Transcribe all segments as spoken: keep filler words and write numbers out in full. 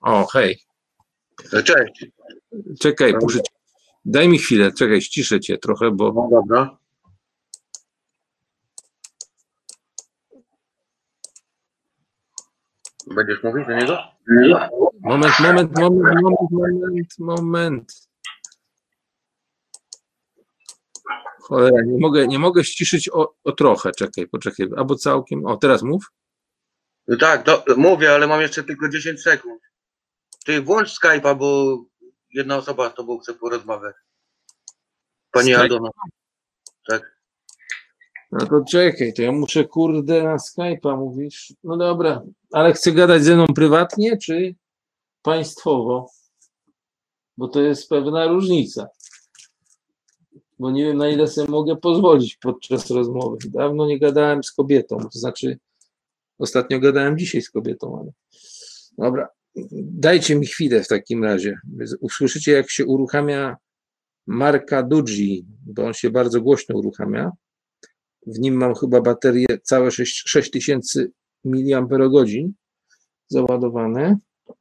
O, hej. Cześć. Czekaj, muszę... Daj mi chwilę, czekaj, ściszę cię trochę, bo... No dobra. Będziesz mówić do niego? Moment, moment, moment, moment, moment, moment. Cholera, nie mogę, nie mogę ściszyć o, o trochę, czekaj, poczekaj, albo całkiem... O, teraz mów. No tak, to mówię, ale mam jeszcze tylko dziesięć sekund. Ty włącz Skype'a, bo jedna osoba z tobą chce porozmawiać. Pani Skype? Aldona. Tak. No to czekaj, to ja muszę, kurde, na Skype'a mówisz. No dobra, ale chcę gadać ze mną prywatnie, czy państwowo? Bo to jest pewna różnica. Bo nie wiem, na ile sobie mogę pozwolić podczas rozmowy. Dawno nie gadałem z kobietą, to znaczy ostatnio gadałem dzisiaj z kobietą, ale dobra. Dajcie mi chwilę w takim razie. Usłyszycie, jak się uruchamia Marka Dudzi, bo on się bardzo głośno uruchamia. W nim mam chyba baterię całe sześć tysięcy miliamperogodzin załadowane.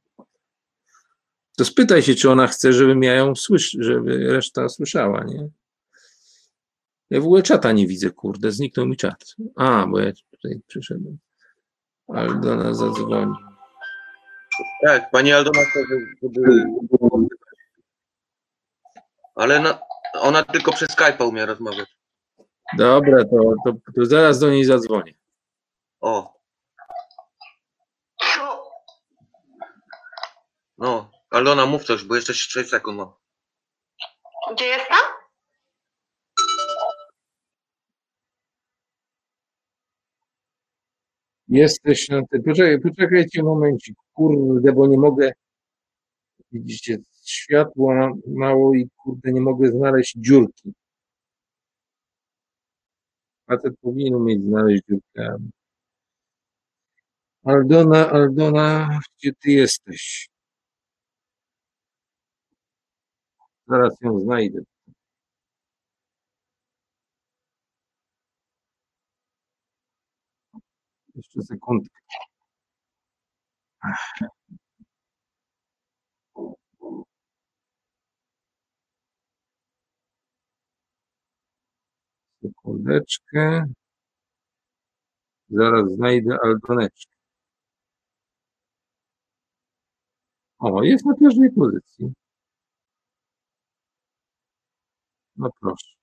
To spytaj się, czy ona chce, żebym ja ją słyszał, żeby reszta słyszała, nie? Ja w ogóle czata nie widzę, kurde, zniknął mi czat. A, bo ja tutaj przyszedłem. Aldona zadzwoni. Tak, pani Aldona chce, żeby... Ale no, ona tylko przez Skype'a umie rozmawiać. Dobra, to, to, to zaraz do niej zadzwonię. O. No, Aldona, mów coś, bo jeszcze sześć sekund mam. Gdzie jestem? Jesteś na tym. Poczekaj, poczekajcie momencik. Kurde, bo nie mogę. Widzicie, światło mało i kurde, nie mogę znaleźć dziurki. Facet powinien umieć znaleźć dziurkę. Aldona, Aldona, gdzie ty jesteś? Zaraz ją znajdę. Jeszcze sekundkę. Sekundeczkę. Zaraz znajdę Aldoneczkę. O, jest na pierwszej pozycji. No proszę.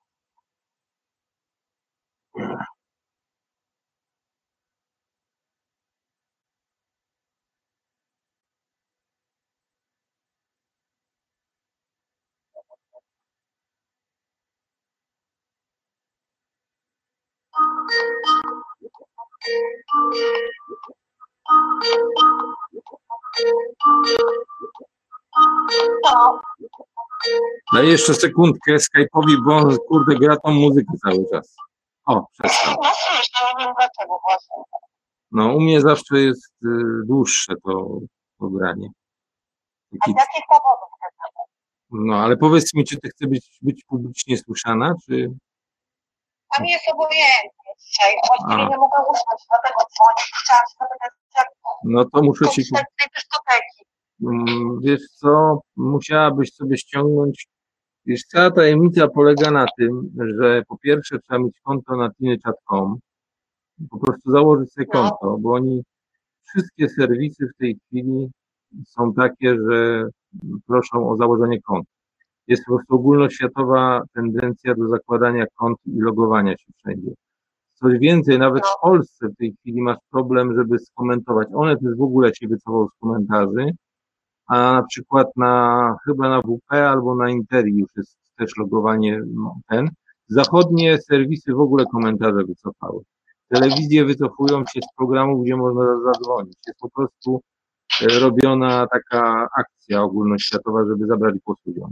Daj jeszcze sekundkę Skype'owi, bo on, kurde, gra tą muzykę cały czas. O, przestał. No słyszę, nie wiem dlaczego właśnie. No, u mnie zawsze jest y, dłuższe to pogranie. A z jakich powodów? No, ale powiedz mi, czy ty chcesz być, być publicznie słyszana, czy... A mi jest obojętnie dzisiaj. Właściwie A. nie mogę usnąć, dlatego dzwonię. Chciałam się zapytać, jak No to muszę ci... korzystać z tej dyskoteki. Mm, Wiesz co, musiałabyś sobie ściągnąć... Wiesz, cała tajemnica polega na tym, że po pierwsze trzeba mieć konto na tinychat kropka com, po prostu założyć sobie No. konto, bo oni, wszystkie serwisy w tej chwili są takie, że proszą o założenie konta. Jest po prostu ogólnoświatowa tendencja do zakładania kont i logowania się wszędzie. Coś więcej, nawet w Polsce w tej chwili masz problem, żeby skomentować. One też w ogóle się wycofał z komentarzy, a na przykład na, chyba na W P albo na Interi już jest też logowanie no, ten. Zachodnie serwisy w ogóle komentarze wycofały. Telewizje wycofują się z programów, gdzie można zadzwonić. Jest po prostu e, robiona taka akcja ogólnoświatowa, żeby zabrać głos ludziom.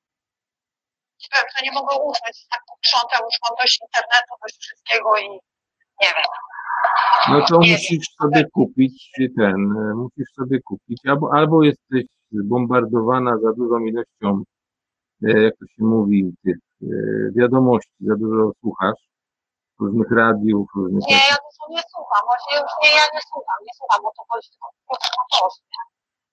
Nie wiem, to nie mogę usnąć. Tak poprzątam, już mam dość internetu, dość wszystkiego i nie wiem. No to Nie musisz sobie kupić ten, e, musisz sobie kupić, albo, albo jesteś zbombardowana za dużą ilością, e, jak to się mówi, tych e, wiadomości, za dużo słuchasz różnych radiów, różnych... Nie, ja to nie słucham. Właśnie już nie, ja nie słucham. Nie słucham, o to chodzi, tylko potrzebam to.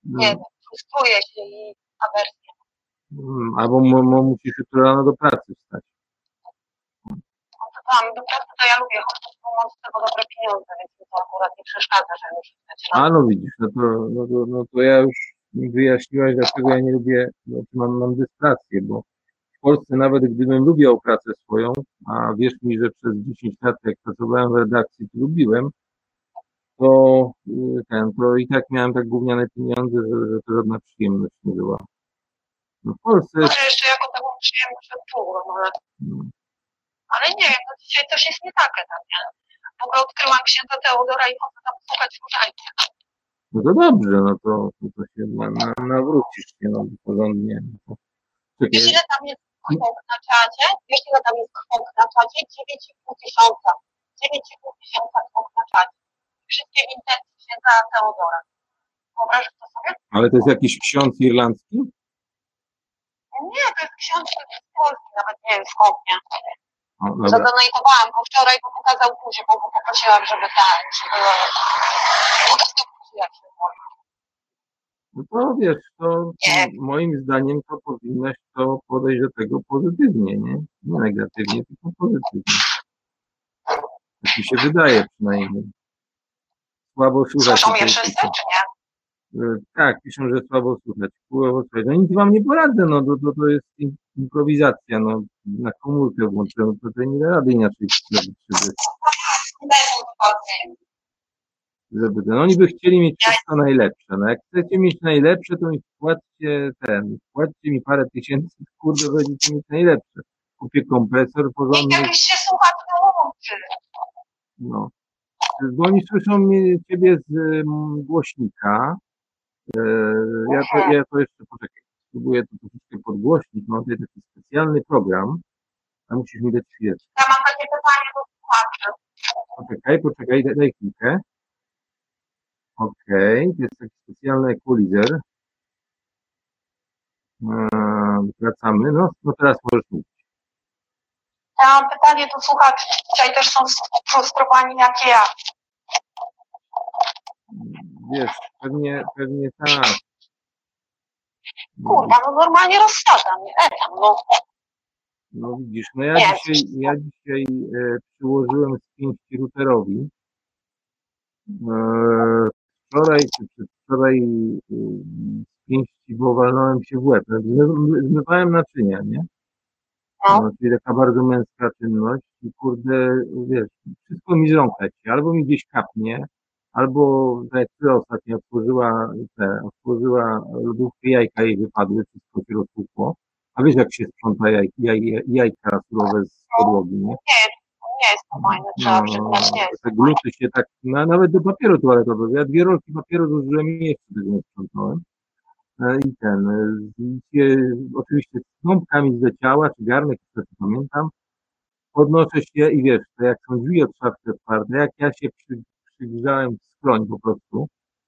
nie wiem, frustruję się i awersję. Mm, Albo mu- mu- musisz jutro rano do pracy wstać. No to tam, do pracy to ja lubię chodzić, bo mam z tego dobre pieniądze, więc mi to akurat nie przeszkadza, że muszę wstać A rano. no widzisz, no to, no to, no to ja już mi wyjaśniłaś, dlaczego ja nie lubię, znaczy mam, mam dysprację, bo w Polsce nawet gdybym lubił pracę swoją, a wierz mi, że przez dziesięć lat jak pracowałem w redakcji, to lubiłem, to y, ten, to i tak miałem tak gówniane pieniądze, że, że to żadna przyjemność nie była. No w Polsce jest, Może jeszcze jako taką przyjemność odczułam, ale, no, ale nie wiem, no dzisiaj coś jest nie takie tam, nie? W ogóle odkryłam księdza Teodora i chodzę tam słuchać różańca. no to dobrze, no to, to, to się na, na, nawrócisz się, no porządnie. No to, Wiesz, czekaj, ile tam jest kwot na czacie? Wiesz, ile tam jest kwot na czacie? dziewięć i pół tysiąca. dziewięć i pół tysiąca kwot na czacie. Wszystkie intencje księdza Teodora. Wyobrażasz to sobie? ale to jest jakiś ksiądz irlandzki? Nie, to jest ksiądz z Polski, nawet nie wiem skąd, nie? O, dobra. Zadonatowałam go wczoraj, bo pokazał buzię, bo go poprosiłam, żeby tak, żeby pokazał buzię, jak się boi. No to wiesz, to Nie. moim zdaniem to powinnaś to podejść do tego pozytywnie, nie? Nie negatywnie, tylko pozytywnie. Tak mi się wydaje przynajmniej. Słabo słychać. Słyszą mnie tutaj wszyscy, pisze. czy nie? E, Tak, piszą, że słabo słychać. Chujowo słychać. No nic wam nie poradzę, no to, to, to jest im- improwizacja, no na komórkę włączyłem, to, to nie da rady inaczej zrobić, żeby, żeby ten. Oni by chcieli mieć wszystko najlepsze. No jak chcecie mieć najlepsze, to mi wpłaccie ten, wpłaccie mi parę tysięcy, kurde, będziecie mieć najlepsze. Kupię kompresor Nikt porządny, jakiś się słuchacz nie łączy. no. Bo oni słyszą mnie, ciebie z mm, głośnika. E, ja, to, ja to jeszcze poczekaj. Spróbuję to troszeczkę podgłośnić. Mam tutaj taki specjalny program. A musisz mi dać chwileczkę. Ja mam takie pytanie do słuchaczy. Poczekaj, poczekaj, daj, daj chwilkę. Okej, to jest taki specjalny equalizer. Eee, wracamy. No, no teraz możesz mówić. Ja mam pytanie do słuchaczy. Dzisiaj też są sfrustrowani jak ja. Wiesz, pewnie, pewnie tak. Kurwa, no normalnie rozsadzam, nie? Etam, no. No widzisz, no ja Nie. dzisiaj, ja dzisiaj e, przyłożyłem z pięści routerowi. E, wczoraj czy przedwczoraj e, z pięści, bo walnąłem się w łeb. Zmy- Zmywałem naczynia, nie? No. No, czyli taka bardzo męska czynność i kurde, wiesz, wszystko mi z rąk leci. Albo mi gdzieś kapnie, albo tak jak ty ostatnio otworzyła, te, otworzyła lodówkę, jajka jej wypadły, wszystko się rozpukło. A wiesz, jak się sprząta jaj, jaj, jajka surowe z podłogi, nie? Nie jest to fajne, trzeba No, przyznać, nie jest. te gluty się tak, no, nawet do papieru toaletowego. Ja dwie rolki papieru zużyłem i jeszcze tego nie sprzątnąłem. E, I ten, e, z- się, oczywiście z gąbkami zleciała, czy garnek, już nie pamiętam. Podnoszę się i wiesz, to jak są drzwi od szafki otwarte, jak ja się przy, przygrzałem w skroń po prostu.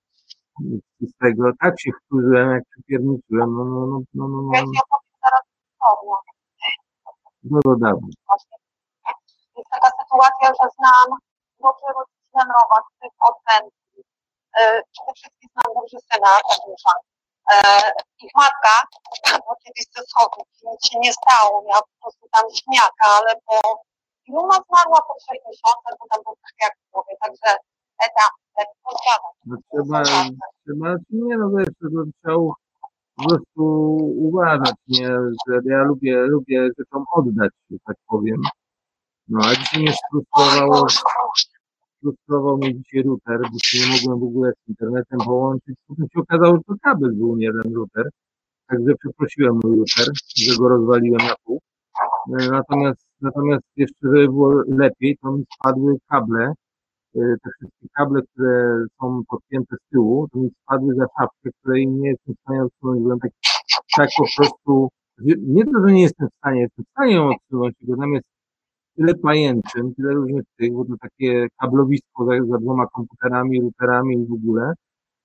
I z tego tak się wkurzyłem, jak przypierniczyłem, no, no, no, no, no, Ja no, ci opowiem zaraz historię. no, no, dawaj. Jest taka sytuacja, że znam dobrze rodzinę Nowak, tych odpędzi. Przede wszystkim znam dobrze syna, Tadeusza. E, Ich matka, bo kiedyś ze schodów, nic się nie stało, miała po prostu tam śmiaka, ale po i ona zmarła po trzech miesiącach, bo tam był krwiak w głowie, także eta, tak pozdrawiam. No, trzeba, trzeba, nie no wiesz, to, to trzeba u- po prostu uważać, nie, że ja lubię, lubię rzeczom oddać, że tak powiem. No, a dzisiaj mnie Oj sfrustrowało, Boże, Boże. frustrował mnie dzisiaj router, bo się nie mogłem w ogóle z internetem połączyć. Potem się okazało, że to kabel był, nie ten router. Także przeprosiłem mój router, że go rozwaliłem na pół. E, Natomiast, natomiast jeszcze, żeby było lepiej, to mi spadły kable, e, te wszystkie kable, które są podpięte z tyłu, to mi spadły za szafkę, której nie jestem w stanie odsunąć. Byłem tak, tak po prostu, że- nie to, że nie jestem w stanie, jestem w stanie ją odsunąć, tylko tam jest tyle pajęczyn, tyle różnych tych, bo to takie kablowisko za, za dwoma komputerami, routerami i w ogóle.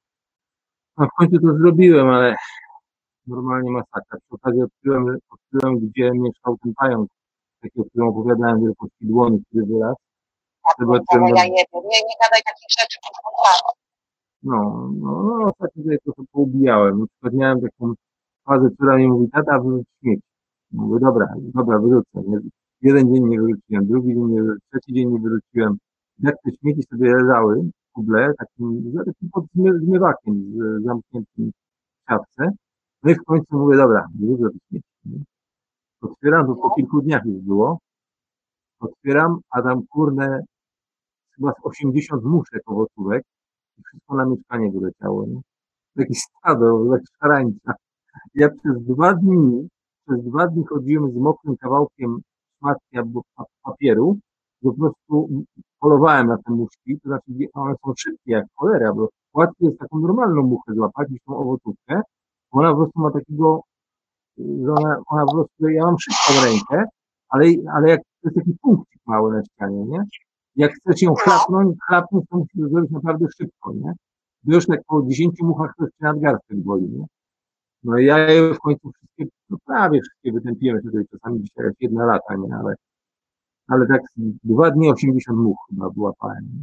No w końcu to zrobiłem, ale normalnie masakra. Przy okazji odkryłem, odkryłem gdzie mieszkał ten pająk, taki, o którym opowiadałem, wielkości dłoni, który wyraz. Tak, Zobaczyłem, kurwa, ja jebie. Nie, nie gadaj takich rzeczy, bo to tak. No, no, no ostatnio tutaj trochę poubijałem. Na przykład miałem taką fazę, która mi mówi, tata, wyrzuć śmieci. Mówię, dobra, dobra, wyrzucę. Nie? Jeden dzień nie wyrzuciłem, drugi dzień nie wyrzuciłem, trzeci dzień nie wyrzuciłem. Jak te śmieci sobie leżały w kuble, takim, takim pod zmy- zmywakiem z, zamkniętym w szafce. No i w końcu mówię, dobra, wyrzucę te śmieci. Nie? Otwieram, to po kilku dniach już było. Otwieram, a tam kurne chyba z osiemdziesiąt muszek owocówek i wszystko na mieszkanie wyleciało. Nie? Takie stado, jak szarańcza. Ja przez dwa dni, przez dwa dni chodziłem z mokrym kawałkiem szmatki albo pa- papieru, po prostu polowałem na te muszki, to znaczy one są szybkie jak cholera, bo łatwiej jest taką normalną muchę złapać niż tą owocówkę. Ona po prostu ma takiego, że ona, ona po prostu, ja mam szybką rękę, ale, ale jak to jest taki punkcik mały na ścianie, nie? Jak chcesz ją chlapnąć, chlapnąć, to musisz to zrobić naprawdę szybko, nie? Bo już tak po dziesięciu muchach to się nadgarstek boli, nie? No i ja je w końcu wszystkie, no prawie wszystkie wytępiłem tutaj, czasami dzisiaj jak jedna lata, nie? Ale, ale tak dwa dni osiemdziesiąt much chyba wyłapałem. Nie?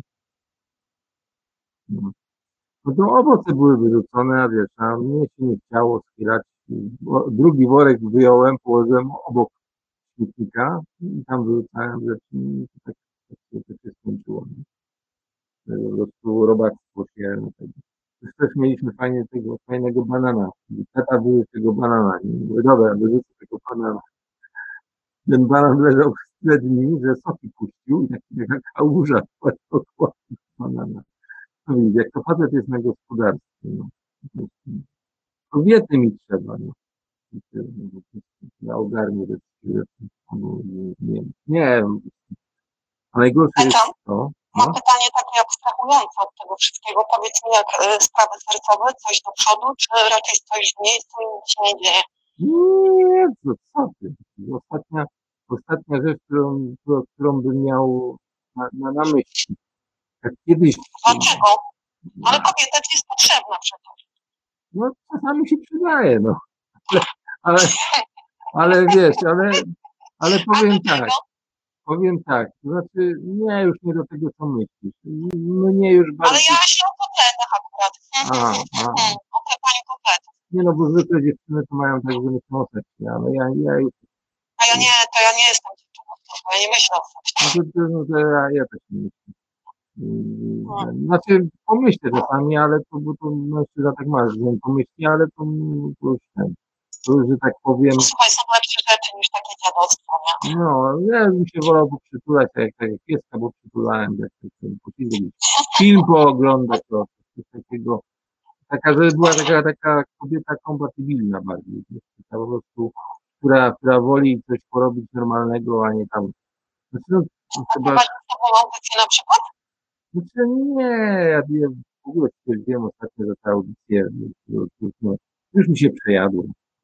No. No to owoce były wyrzucone, a wiesz, a mnie się nie chciało schylać. O- Drugi worek wyjąłem, położyłem obok śmietnika i tam wyrzucałem rzeczy i to tak, tak, się, tak się skończyło. Nie? Po prostu robactwo się no, tego. Już też mieliśmy fajnie, tego, fajnego banana. Tata wyrzucił tego banana. Nie? Mówię, dobra, wyrzucę tego banana. Ten banan leżał tyle dni, że soki puścił i taki taka kałuża wokół banana. No widzisz, jak to facet jest na gospodarstwie. No. Kobiety mi trzeba. No. Ja ogarnię te wszystkie rzeczy. Albo Nie wiem. Nie wiem. A najgorsze jest Etam, to, mam no, pytanie takie abstrahujące od tego wszystkiego. Powiedz mi, jak y, sprawy sercowe, coś do przodu, czy raczej stoisz w miejscu i nic się nie dzieje? nie, co, co ty? Ostatnia, ostatnia rzecz, którą, którą, którą bym miał na, na, na myśli. Jak kiedyś, Dlaczego? Ale kobieta ci jest potrzebna przecież. no czasami się przydaje, no. Ale, ale wiesz, ale, ale A powiem do tak, czego? powiem tak, to znaczy nie już nie do tego, co myślisz. Mnie już Ale bardziej, ja się o kotletach akurat. a, a, O klepaniu kotletów. nie no, bo zwykle dziewczyny to mają tak, że myślą o seksie, ale ja, ja już, A ja nie, to ja nie jestem dziewczyną, ja nie myślę o seksie. no to, to, no to ja, ja też nie myślę. Yy, Znaczy pomyślę czasami, ale to, bo to mężczyzna tak ma, że nie pomyśli, ale to, to już ten, to już, że tak powiem, Słuchaj, są lepsze rzeczy niż takie dziadostwo, nie? no, ja bym się wolał poprzytulać, tak jak, tak jak pieska, bo przytulałem, tak, tak, tak, po film film pooglądać, to coś takiego, taka, żeby była taka, taka kobieta kompatybilna bardziej, nie? Taka po prostu, która, która woli coś porobić normalnego, a nie tam, znaczy, no, A chyba, prowadzisz z tobą audycję na przykład? znaczy, nie, ja wiem, w ogóle stwierdziłem ostatnio, że ta audycja, no, no, już mi się przejadło.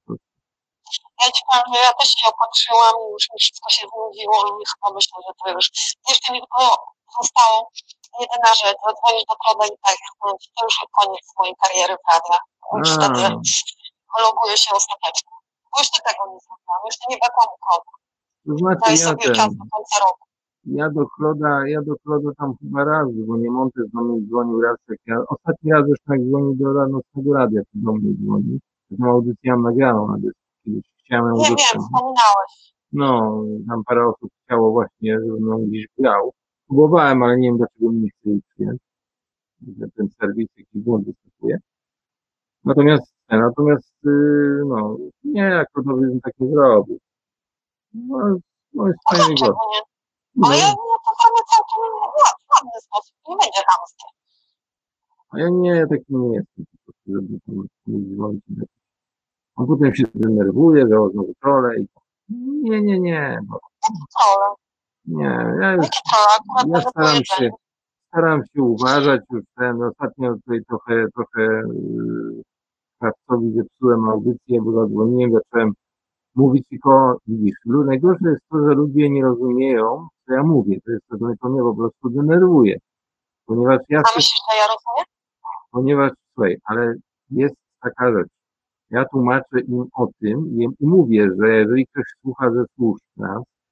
Ja ci powiem, że ja też się opatrzyłam i już mi wszystko się znudziło i chyba myślę, że to już... Jeszcze mi tylko zostało jedyna rzecz, zadzwonić do Troda i tak, to już koniec mojej kariery w radiach. Już A, wtedy loguję się ostatecznie. Bo jeszcze tego nie zrobiłam, jeszcze nie weszłam w kod. to znaczy Daj ja sobie ten, czas do końca roku. ja do Kloda, ja do Kloda tam chyba raz, bo nie Montes do mnie dzwonił raz, jak ja, ostatni raz już tak dzwonił do Nocnego Radia, to do mnie dzwonił. Taką audycję mam nagraną na dysku, kiedyś chciałem ją Nie wiem, udostępnić. wspominałeś. No, tam parę osób chciało właśnie, żebym ją gdzieś grał. Próbowałem, ale nie wiem, dlaczego mi nie chce jej przyjąć, że ten serwis jakiś błąd występuje. Natomiast, natomiast, yy, no, nie, jak to bym tak nie zrobił. No, no jest A fajny dlaczego gość. nie? No, Ale ja nie, to zrobię całkiem ład- ładny sposób, nie będzie chamskie. a ja nie, taki nie jestem, po prostu, żeby tam nie dzwonić. On potem się denerwuje, że o znowu trole i tak. Nie, nie, nie, bo Trole. nie, ja już, Jakie trole? Akurat ja będę po staram się, jedzeniu. staram się uważać, już ten, ostatnio tutaj trochę, trochę yy, Krawcowi zepsułem audycję, bo zadzwoniłem, zacząłem mówić tylko, widzisz, lu- najgorsze jest to, że ludzie nie rozumieją, co ja mówię, to jest to, że to mnie po prostu denerwuje, ponieważ ja A chcę, myślisz, że ja rozumiem? ponieważ, słuchaj, ale jest taka rzecz, ja tłumaczę im o tym i, i mówię, że jeżeli ktoś słucha ze słuch nas,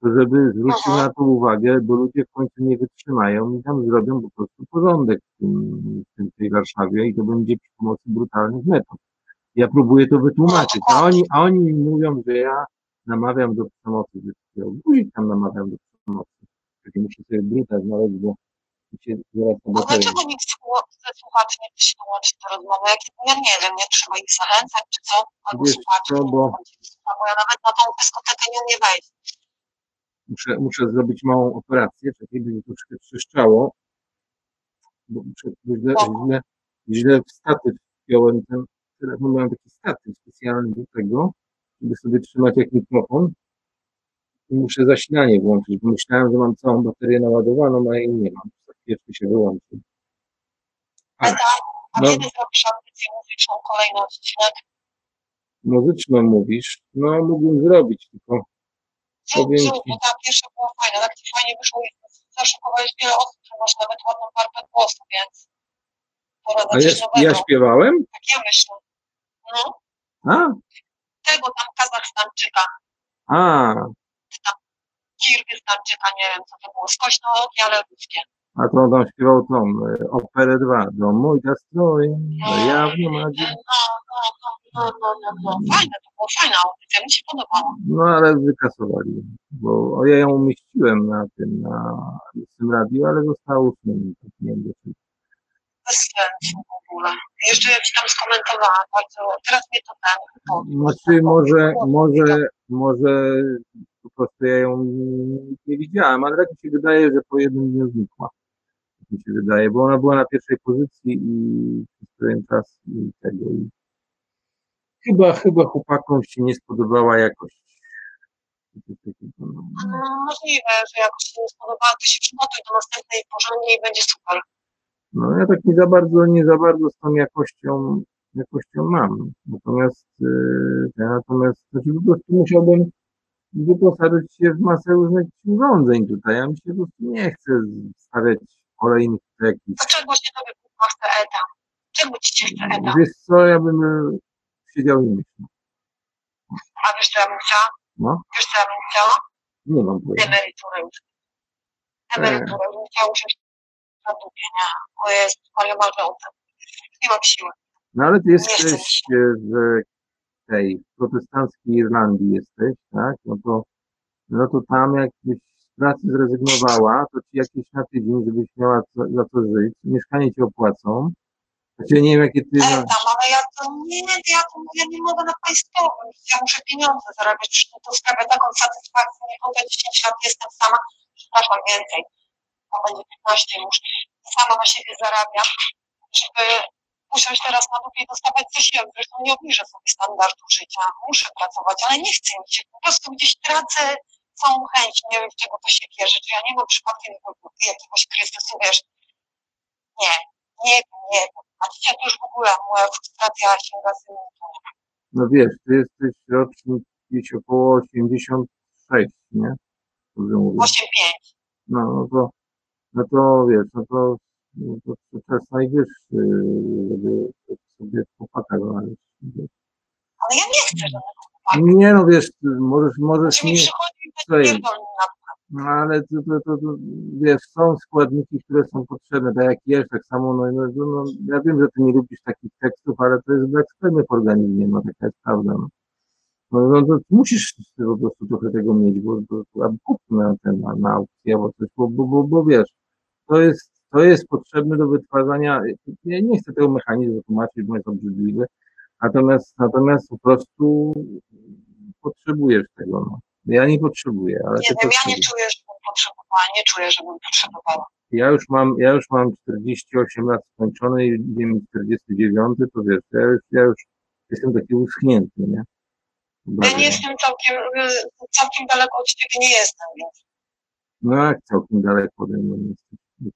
to żeby zwrócił na to uwagę, bo ludzie w końcu nie wytrzymają i tam zrobią po prostu porządek w, tym, w tym- tej Warszawie i to będzie przy pomocy brutalnych metod. Ja próbuję to wytłumaczyć, a oni, a oni mi mówią, że ja namawiam do przemocy. Ja guzik tam namawiam do przemocy. Takie muszę sobie bruta znaleźć, bo mi się zaraz A obawiam. dlaczego nikt ze słuchaczy nie chce się dołączyć do rozmowy? Jak, ja nie wiem, nie trzeba ich zachęcać, czy co? Albo Wiesz słuchaczy, co, nie bo- bo... bo ja nawet na tą dyskotekę nie umiem wejść. Muszę, muszę zrobić małą operację, czekaj, będzie troszkę trzeszczało, bo muszę, bo źle, źle, źle w statyw wziąłem ten telefon, miałem taki statyw specjalny do tego, żeby sobie trzymać jak mikrofon i muszę zasilanie włączyć, bo myślałem, że mam całą baterię naładowaną, a jej nie mam. Za chwileczkę się wyłączy. Ale, Eta, a no. kiedy zrobisz audycję muzyczną, kolejny odcinek? Muzyczną mówisz, no mógłbym zrobić, tylko Zrób, powiem zrób, ci, bo ta pierwsza była fajna, tak ci fajnie wyszło i zaszokowałeś wiele osób, że masz nawet ładną warstwę głosu, więc pora na a ja, coś nowego. ja śpiewałem? Tak ja myślę. No, A, tego tam Kazachstańczyka, a, Kirgistańczyka, nie wiem co to było, skośno oki, ale ruskie. a to on tam śpiewał tą e, operę dwa, do mój nastrój, do jawnie madzi. No, no, no, no, no, no, no. Fajne, to było fajna audycja, mi się podobało. No ale wykasowali, bo o, ja ją umieściłem na tym, na tym radiu, ale została usunięta. Nie wiem dlaczego. Bez sensu w ogóle. Jeszcze ja ci tam skomentowałam bardzo, teraz mnie to ten. To, Znaczy może, może, może po prostu ja ją nie widziałem, ale tak mi się wydaje, że po jednym dniu znikła. Tak mi się wydaje, bo ona była na pierwszej pozycji i przez pewien czas i tego. I chyba, chyba chłopakom się nie spodobała jakość. no, możliwe, że jakoś się nie spodobało, to się przygotuj do następnej porządnie i będzie super. No ja tak nie za bardzo, nie za bardzo z tą jakością, jakością mam. Natomiast, yy, ja natomiast znaczy po prostu musiałbym wyposażyć się w masę różnych urządzeń tutaj. Ja mi się po prostu nie chce stawiać kolejnych jakichś. To czego się tobie masz te eta? Czego ci się chce eta? Wiesz co, ja bym e, siedział i myślał. A wiesz co ja bym chciała? No, Wiesz co ja bym chciała? nie mam pojęcia. Emeryturę już. Emeryturę, bym chciała usiąść na dupie, nie? O jest, ale marzę o tym. Nie mam siły. No ale ty Nie chcę mi jesteś się. e, w tej protestanckiej Irlandii jesteś, tak? No to, no to tam jakbyś z pracy zrezygnowała, to ci jakieś na tydzień, żebyś miała co, za co żyć, mieszkanie ci opłacą. Znaczy nie wiem jakie ty E, ma... tam, ale ja to nie, ja to ja nie mogę na państwowym. Ja muszę pieniądze zarabiać. Przecież to sprawia taką satysfakcję. Nie mogę dziesięć lat jestem sama, przepraszam, więcej. To będzie piętnaście już. Sama na siebie zarabiam, żeby usiąść teraz na dupie i dostawać zasiłek. Zresztą nie obniżę sobie standardu życia. Muszę pracować, ale nie chcę mi się. Po prostu gdzieś tracę całą chęć. Nie wiem, z czego to się bierze. Czy ja nie mam przypadkiem jakiegoś kryzysu, wiesz. Nie, nie wiem, nie wiem. A dzisiaj to już w ogóle moja frustracja sięga zenitu. No wiesz, ty jesteś rocznik gdzieś około osiemdziesiąt sześć, nie? Dobrze mówię. osiem pięć. No, no to, no to wiesz, no to, no to, to czas najwyższy, żeby sobie chłopaka znaleźć. Ale ja nie chcę żadnego chłopaka. Nie no wiesz, możesz, możesz Czy mi nie, przychodzi i Słuchaj. pierdol mi na no ale to, to, to, to, wiesz, są składniki, które są potrzebne, tak jak jesz, tak samo, no, no, no, no ja wiem, że ty nie lubisz takich tekstów, ale to jest blasfemia w organizmie, no taka jest prawda, no. No, no to musisz po prostu trochę tego mieć, bo, bo, bo albo kup na ten, na, na aukcję, albo coś, bo, bo, bo, bo wiesz, to jest, to jest potrzebne do wytwarzania, ja nie chcę tego mechanizmu tłumaczyć, bo jest obrzydliwy, natomiast, natomiast po prostu potrzebujesz tego, no. Ja nie potrzebuję, ale Nie ty wiem, ja nie potrzebujesz. czuję, żebym potrzebowała, nie czuję, żebym potrzebowała. Ja już mam, ja już mam czterdzieści osiem lat skończone i idzie mi czterdziesty dziewiąty, to wiesz, ja już, ja już jestem taki uschnięty, nie? Ja Bardzo. nie jestem całkiem, y, całkiem daleko od ciebie nie jestem, więc. No jak całkiem daleko ode mnie jesteś.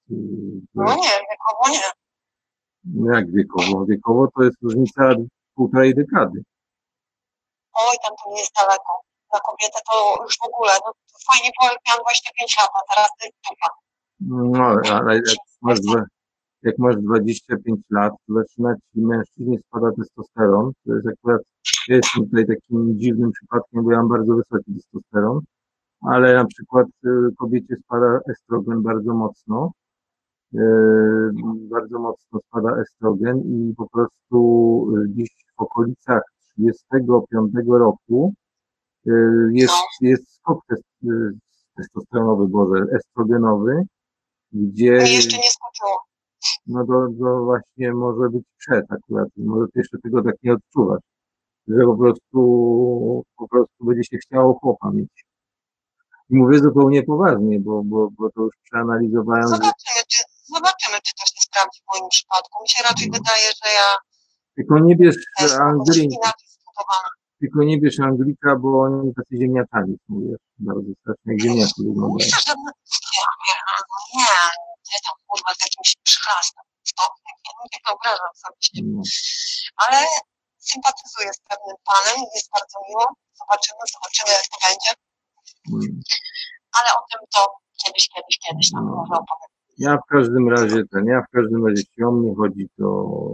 No nie, wiekowo nie. No jak wiekowo? Wiekowo to jest różnica półtorej dekady. Oj, tam to nie jest daleko. Na kobietę to już w ogóle, no to fajnie było, jak miałam dwadzieścia pięć lat, a teraz to jest dupa. No ale jak masz, dwa, jak masz dwadzieścia pięć lat, to zaczyna ci mężczyźnie spada testosteron. To jest akurat, ja jestem tutaj takim dziwnym przypadkiem, bo ja mam bardzo wysoki testosteron. ale na przykład y, kobiecie spada estrogen bardzo mocno, y, bardzo mocno spada estrogen i po prostu y, gdzieś w okolicach trzydziestego piątego roku y, jest, No. jest skok tes- y, testosteronowy, boże, estrogenowy, gdzie Mi jeszcze nie skoczyło. no to, to właśnie może być przed akurat, może ty jeszcze tego tak nie odczuwasz, że po prostu po prostu będzie się chciało chłopa mieć. I mówię zupełnie poważnie, bo, bo, bo to już przeanalizowałem, że Zobaczymy, czy, zobaczymy, czy to się sprawdzi w moim przypadku. Mi się raczej No. wydaje, że ja tylko nie bierz jestem Angli, inaczej zbudowana. tylko nie bierz Anglika, bo oni tacy ziemniaczani, mówię, bardzo strasznie jak ziemniaki wyglądają. Nie, że nie, nie, nie tam kurwa z jakimś przychlastem. Stopnie, nie wyobrażam sobie się. No. Ale sympatyzuję z pewnym panem, jest bardzo miło. Zobaczymy, zobaczymy jak to będzie. Mm. Ale o tym to kiedyś, kiedyś, kiedyś tam No. może opowiem. Ja w każdym razie ten, ja w każdym razie, jeśli o mnie chodzi, to,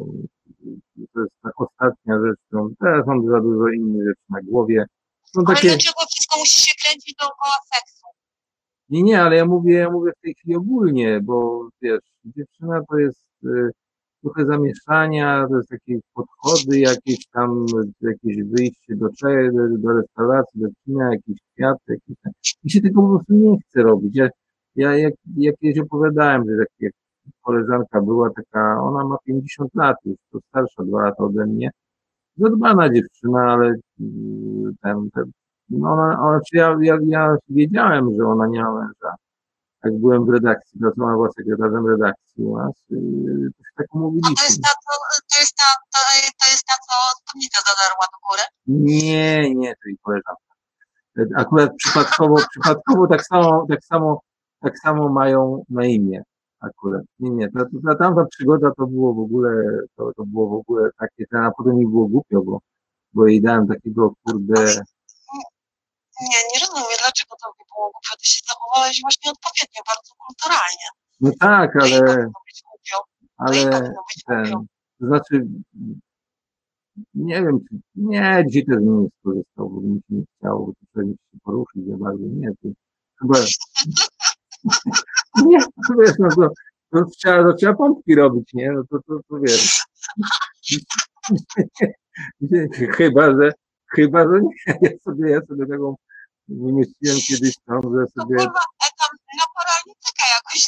to jest ta ostatnia rzecz, którą teraz mam za dużo innych rzeczy na głowie. Są Ale takie, dlaczego wszystko musi się kręcić dookoła seksu? nie, nie, ale ja mówię, ja mówię w tej chwili ogólnie, bo wiesz, dziewczyna to jest y, trochę zamieszania, to jest takie podchody, jakieś tam, jakieś wyjście do czaju, do, do restauracji, do kina, jakieś kwiaty, jakieś tam. Mi się tego po prostu nie chce robić. Ja, ja jak, jak kiedyś opowiadałem, że jak, jak koleżanka była taka, ona ma pięćdziesiąt lat już, to starsza dwa lata ode mnie, zadbana dziewczyna, ale yy, ten, ten no ona, ona, czy ja, ja, ja wiedziałem, że ona nie ma męża. Jak byłem w redakcji, pracowała była sekretarzem redakcji u nas, yy, to się tak No to umówiliśmy. jest ta, co, to jest ta, to, to jest ta, co spódnicę zadarła do góry. Nie, nie, to i koleżanka. Akurat przypadkowo, przypadkowo tak samo, tak samo, tak samo mają na imię. Akurat. Nie, nie, ta, ta tamta przygoda to było w ogóle, to, to było w ogóle takie, a potem mi było głupio, bo, bo jej dałem takiego kurde. Nie, nie rozumiem, dlaczego to by było głupio. Ty się zachowałeś właśnie odpowiednio, bardzo kulturalnie. No tak, To jej ale, powinno być głupio. To jej ale powinno być ten, głupio. to znaczy, nie wiem, czy, nie, dzisiaj też nie skorzystał, bo mi się nie chciało, bo to trzeba się poruszyć za bardzo, nie, to chyba, nie, to wiesz, no to, to trzeba, to trzeba pompki robić, nie, no to, to, to wiesz. Chyba, że, chyba, że nie, ja sobie, ja sobie taką wymyśliłem kiedyś tam, że No sobie, kurwa, e, tam na paralitykę jakoś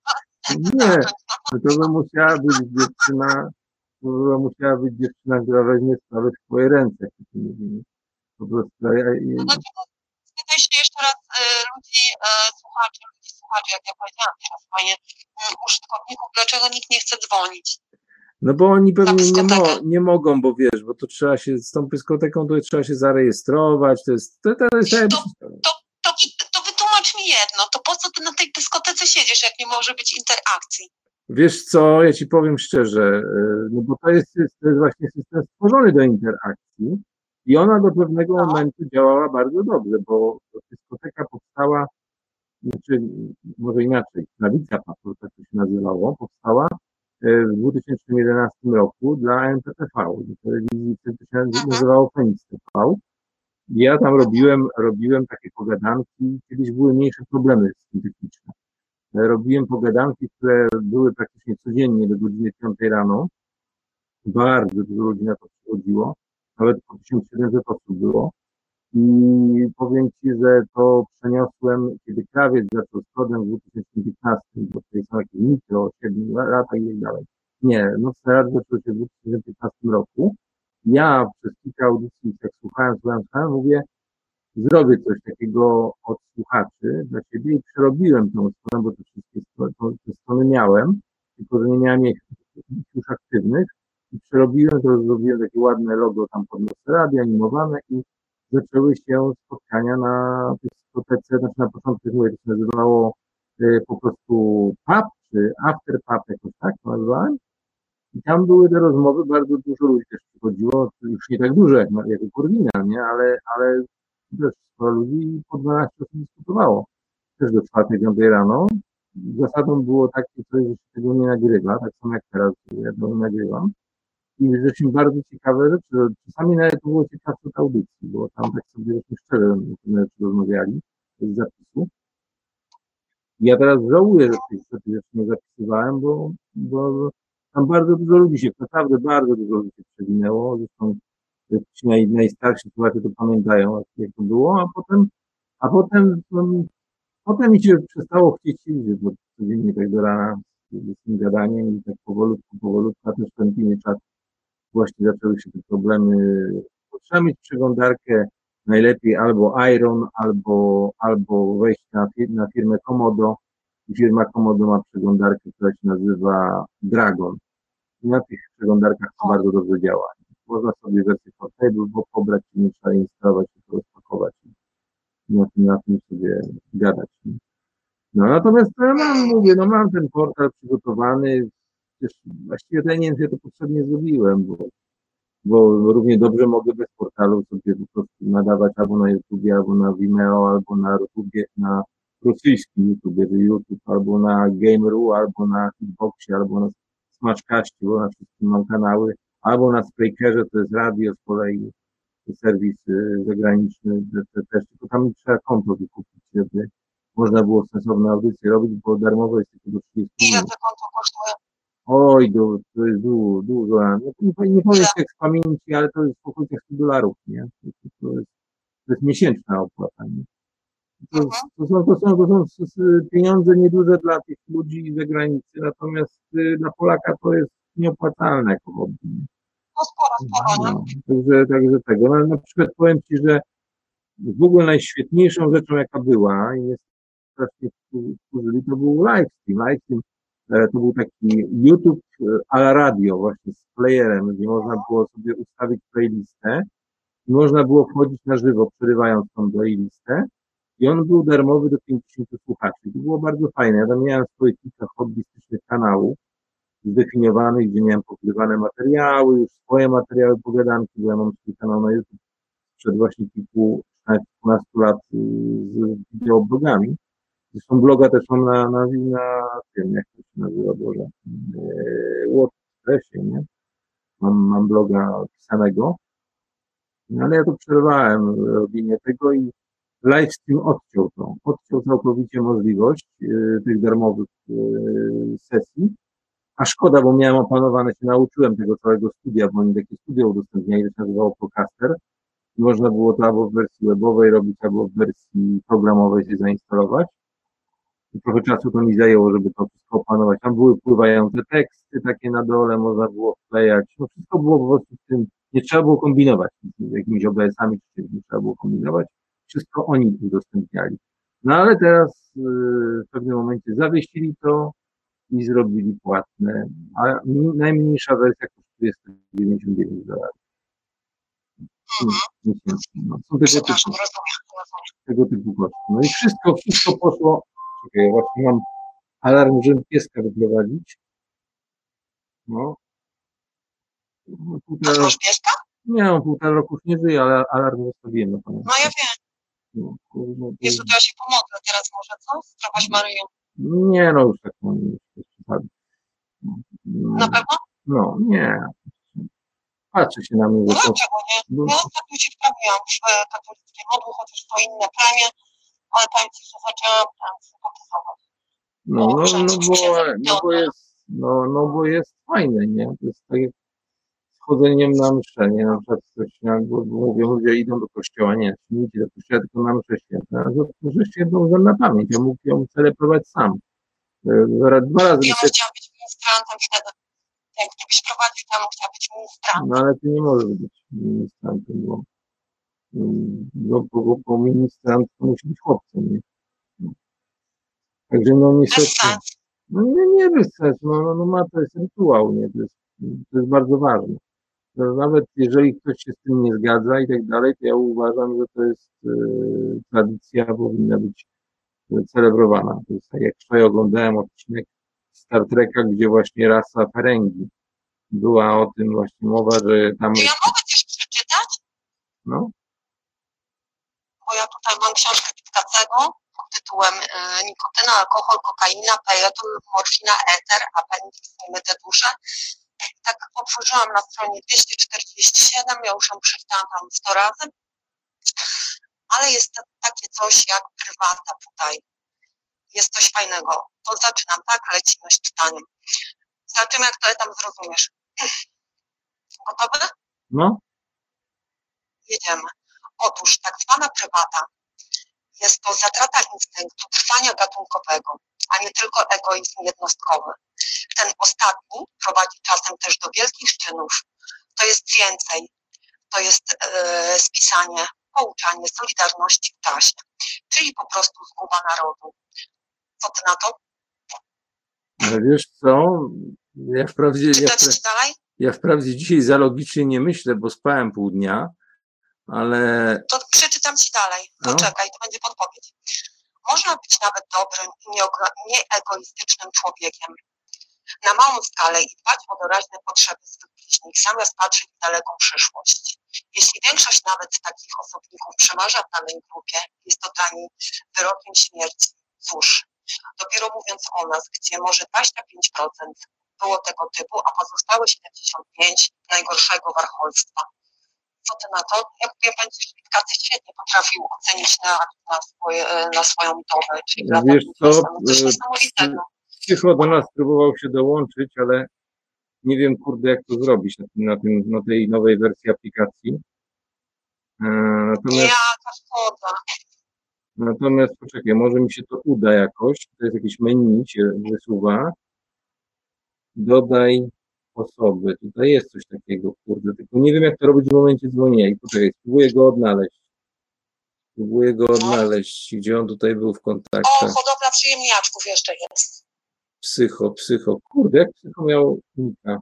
nie, no to by musiała być dziewczyna, to by musiała być dziewczyna, która weźmie sprawę w swoje ręce, jak to się mówi. Po prostu, ja, ja, No dlaczego spytaj się jeszcze raz y, ludzi, y, słuchaczy, ludzi, słuchaczy, jak ja powiedziałam teraz, moje y, użytkowników, dlaczego nikt nie chce dzwonić? no bo oni pewnie nie, mo, dyskotekę. nie mogą, bo wiesz, bo to trzeba się, z tą dyskoteką to trzeba się zarejestrować, to jest, to, to jest tak, To, to, to, wy- to wytłumacz mi jedno, to po co ty na tej dyskotece siedzisz, jak nie może być interakcji? wiesz co, ja ci powiem szczerze, y, no bo to jest, to jest właśnie system stworzony do interakcji i ona do pewnego No. momentu działała bardzo dobrze, bo dyskoteka powstała, znaczy może inaczej, Prawica Patrol, tak to się nazywało, powstała y, w dwa tysiące jedenastym roku dla N T T V, do telewizji, wtedy to się Mhm. nazywało Feniks T V. Ja tam robiłem, robiłem takie pogadanki, kiedyś były mniejsze problemy z tym techniczne. Robiłem pogadanki, które były praktycznie codziennie do godziny piątej rano. Bardzo dużo ludzi na to przychodziło. Nawet po tysiąc siedemset osób było. I powiem Ci, że to przeniosłem, kiedy krawiec zaczął z kodem w dwa tysiące piętnastym, bo tutaj są jakieś mity o siedmiu latach i tak dalej. Nie, Nocne Radio zaczął się w dwa tysiące piętnastym roku. Ja przez kilka audycji, jak słuchałem, słuchałem, słuchałem, mówię, zrobię coś takiego od słuchaczy dla siebie i przerobiłem tą stronę, bo te wszystkie strony, te strony miałem, tylko że nie miałem ich już aktywnych i przerobiłem, to zrobiłem takie ładne logo tam pod Nocne Radio, animowane i zaczęły się spotkania na dyskotece, znaczy na początku mówię, to się nazywało y, po prostu pub, czy after pub, jakoś tak to nazywałem. I tam były te rozmowy, bardzo dużo ludzi też przychodziło, już nie tak dużo jak, jak u Korwina, nie, ale, ale też sporo ludzi po dwanaście osób dyskutowało. Też do czwartej, piątej rano. Zasadą było takie coś, że się tego nie nagrywa, tak samo jak teraz, ja to nie nagrywam. I żeśmy bardzo ciekawe rzeczy, czasami nawet to było ciekawsze od audycji, bo tam tak sobie żeśmy szczerze rozmawiali. zapisu. Ja teraz żałuję, że tych rzeczy nie zapisywałem, bo, bo tam bardzo dużo ludzi się, naprawdę bardzo dużo ludzi się przewinęło. Zresztą ci naj, najstarsi słuchacze to pamiętają, jak, jak to było, a potem, a potem, no, potem mi się przestało chcieć iść, bo codziennie tak do rana z tym gadaniem i tak powolutku, powolutku, a też w ten pilny czas właśnie zaczęły się te problemy. Trzeba mieć przeglądarkę najlepiej albo Iron, albo, albo wejść na, fir na firmę Komodo. I firma Komodo ma przeglądarkę, która się nazywa Dragon. I na tych przeglądarkach to bardzo dobrze działa. Można sobie wersję Portable pobrać, nie trzeba instalować, tylko rozpakować i na tym, na tym sobie gadać. No natomiast ja mam, mówię, no mam ten portal przygotowany. Przecież właściwie ja nie wiem, że ja to potrzebnie zrobiłem, bo bo równie dobrze mogę bez portalu sobie po prostu nadawać albo na YouTubie, albo na Vimeo, albo na YouTubie, na rosyjskim YouTubie, YouTube, albo na Gameru, albo na Hitboxie, albo na Smaczkaście, bo na wszystkim mam kanały, albo na Spreakerze, to jest radio z kolei, serwis zagraniczny, też, tylko tam trzeba konto wykupić, żeby można było sensowne audycje robić, bo darmowo jest tylko do trzydziestu Ile minut. to konto kosztuje? Oj, du, to jest dużo, dużo. No, nie, nie powiem jak z pamięci, ale to jest w okolicach stu dolarów, nie? To, to, jest, to jest miesięczna opłata, nie? To, to, są, to, są, to są pieniądze nieduże dla tych ludzi z zagranicy, natomiast y, dla Polaka to jest nieopłacalne jako hobby. No sporo, sporo, no, także, także tego. No, na przykład powiem Ci, że w ogóle najświetniejszą rzeczą, jaka była, i jest strasznie wkurzyli, to był livestream. Livestream to był taki YouTube a la radio właśnie z playerem, gdzie można było sobie ustawić playlistę i można było wchodzić na żywo, przerywając tą playlistę i on był darmowy do pięćdziesięciu słuchaczy. To było bardzo fajne. Ja tam miałem swoje kilka hobbystycznych kanałów zdefiniowanych, gdzie miałem pokrywane materiały, już swoje materiały, pogadanki, bo ja mam swój kanał na YouTube przed właśnie kilku, kilkunastu lat z wideoblogami. Zresztą bloga też mam na, na, na tym, jak to się nazywa, Boże, WordPressie, nie? Mam, mam bloga pisanego, no, ale ja to przerwałem, robienie tego i livestream odciął to, odciął całkowicie możliwość y, tych darmowych y, sesji, a szkoda, bo miałem opanowane, się nauczyłem tego całego studia, bo oni takie studia udostępniali, to się nazywało Procaster i można było to albo w wersji webowej robić, albo w wersji programowej się zainstalować. I trochę czasu to mi zajęło, żeby to wszystko opanować. Tam były pływające teksty takie na dole, można było wklejać. No wszystko było po prostu w tym, nie trzeba było kombinować z jakimiś O B S-ami, czy czymś, nie trzeba było kombinować. Wszystko oni udostępniali. No ale teraz yy, w pewnym momencie zawiesili to i zrobili płatne, a najmniejsza wersja kosztuje sto dziewięćdziesiąt dziewięć dolarów. No, są tego typu, tego typu koszty. No i wszystko, wszystko poszło. Czekaj, ja właśnie mam alarm, żeby pieska wyprowadzić. No. no półtora roku, pieska? nie, on półtora roku już nie żyje, ale alarm zostawiłem na pamięć. No ja wiem. No, no, to... Jezu, to ja się pomogę teraz może, co? Zdrowaś Maryją. Nie, no już tak mam. No, Na pewno? no, nie. Patrzy się na mnie. No że to... dlaczego nie? No. Ja ostatnio się wprawiłam w katolickie modły, chociaż to inne plemię, ale powiem Ci, że zaczęłam tam sympatyzować. No, no, no, bo, no, bo jest, no, no bo jest fajne, nie? To jest tak jak z chodzeniem na mszę, nie? Na przykład coś, bo mówią, ludzie idą do kościoła, nie, nie idzie do kościoła, tylko na mszę świętą. A mszę świętą znam na pamięć, ja mógł ją celebrować sam. Dwa razy. Ja bym chciała być ministrantem wtedy. Jak gdybyś prowadził tam, chciała być ministrantem. No ale ty nie możesz być ministrantem, bo, bo, bo, bo ministrant to musi być chłopcem, nie? Także no niestety, no nie, nie bez sensu, no, no, no ma to jest rytuał, nie, to jest, to jest bardzo ważne. No, nawet jeżeli ktoś się z tym nie zgadza i tak dalej, to ja uważam, że to jest e, tradycja, powinna być celebrowana. To jest tak jak wczoraj oglądałem odcinek Star Treka, gdzie właśnie rasa Ferengi była o tym właśnie mowa, że tam... Czy ja mogę coś przeczytać? No. Bo ja tutaj mam książkę Witkacego pod tytułem y, Nikotyna, alkohol, kokaina, pejoton, morfina, eter, appendix, umyte dusze. Tak otworzyłam na stronie dwieście czterdzieści siedem, ja już ją przeczytałam tam sto razy, ale jest takie coś jak prywata tutaj. Jest coś fajnego. To zaczynam, tak? Lecimy z czytaniem. Zobaczymy, jak to tam zrozumiesz. Gotowy? No, Jedziemy. Otóż tak zwana prywata jest to zatrata instynktu trwania gatunkowego, a nie tylko egoizm jednostkowy. Ten ostatni prowadzi czasem też do wielkich czynów. To jest więcej. To jest e, spisanie, pouczanie solidarności w czasie, czyli po prostu zguba narodu. Co ty na to? ale wiesz co, ja wprawdzie, ja, Czytać wpra- ci dalej? ja wprawdzie dzisiaj za logicznie nie myślę, bo spałem pół dnia, ale To przeczytam ci dalej. No. Poczekaj, to będzie podpowiedź. Można być nawet dobrym i nieogo- nieegoistycznym człowiekiem na małą skalę i dbać o doraźne potrzeby swych bliźnich, zamiast patrzeć w daleką przyszłość. Jeśli większość nawet takich osobników przemarza w danej grupie, jest to dla niej wyrokiem śmierci. Cóż, dopiero mówiąc o nas, gdzie może dwadzieścia pięć procent było tego typu, a pozostałe siedemdziesiąt pięć procent najgorszego warcholstwa. Co ty na to? Jak wiem, będziesz Witkacy świetnie potrafił ocenić na, na, swoje, na swoją dobę. Czyli wiesz co, coś e, niesamowitego. psycho do nas próbował się dołączyć, ale nie wiem, kurde, jak to zrobić na, tym, na, tym, na tej nowej wersji aplikacji. E, Natomiast, Jaka szkoda. natomiast poczekaj, może mi się to uda jakoś. To jest jakieś menu, się wysuwa. Dodaj osoby. Tutaj jest coś takiego, kurde, tylko nie wiem, jak to robić w momencie dzwonienia. I poczekaj, spróbuję go odnaleźć. Spróbuję go odnaleźć, gdzie on tutaj był w O, kontaktach. hodowla przyjemniaczków jeszcze jest. Psycho, psycho. Kurde, jak psycho miał nika.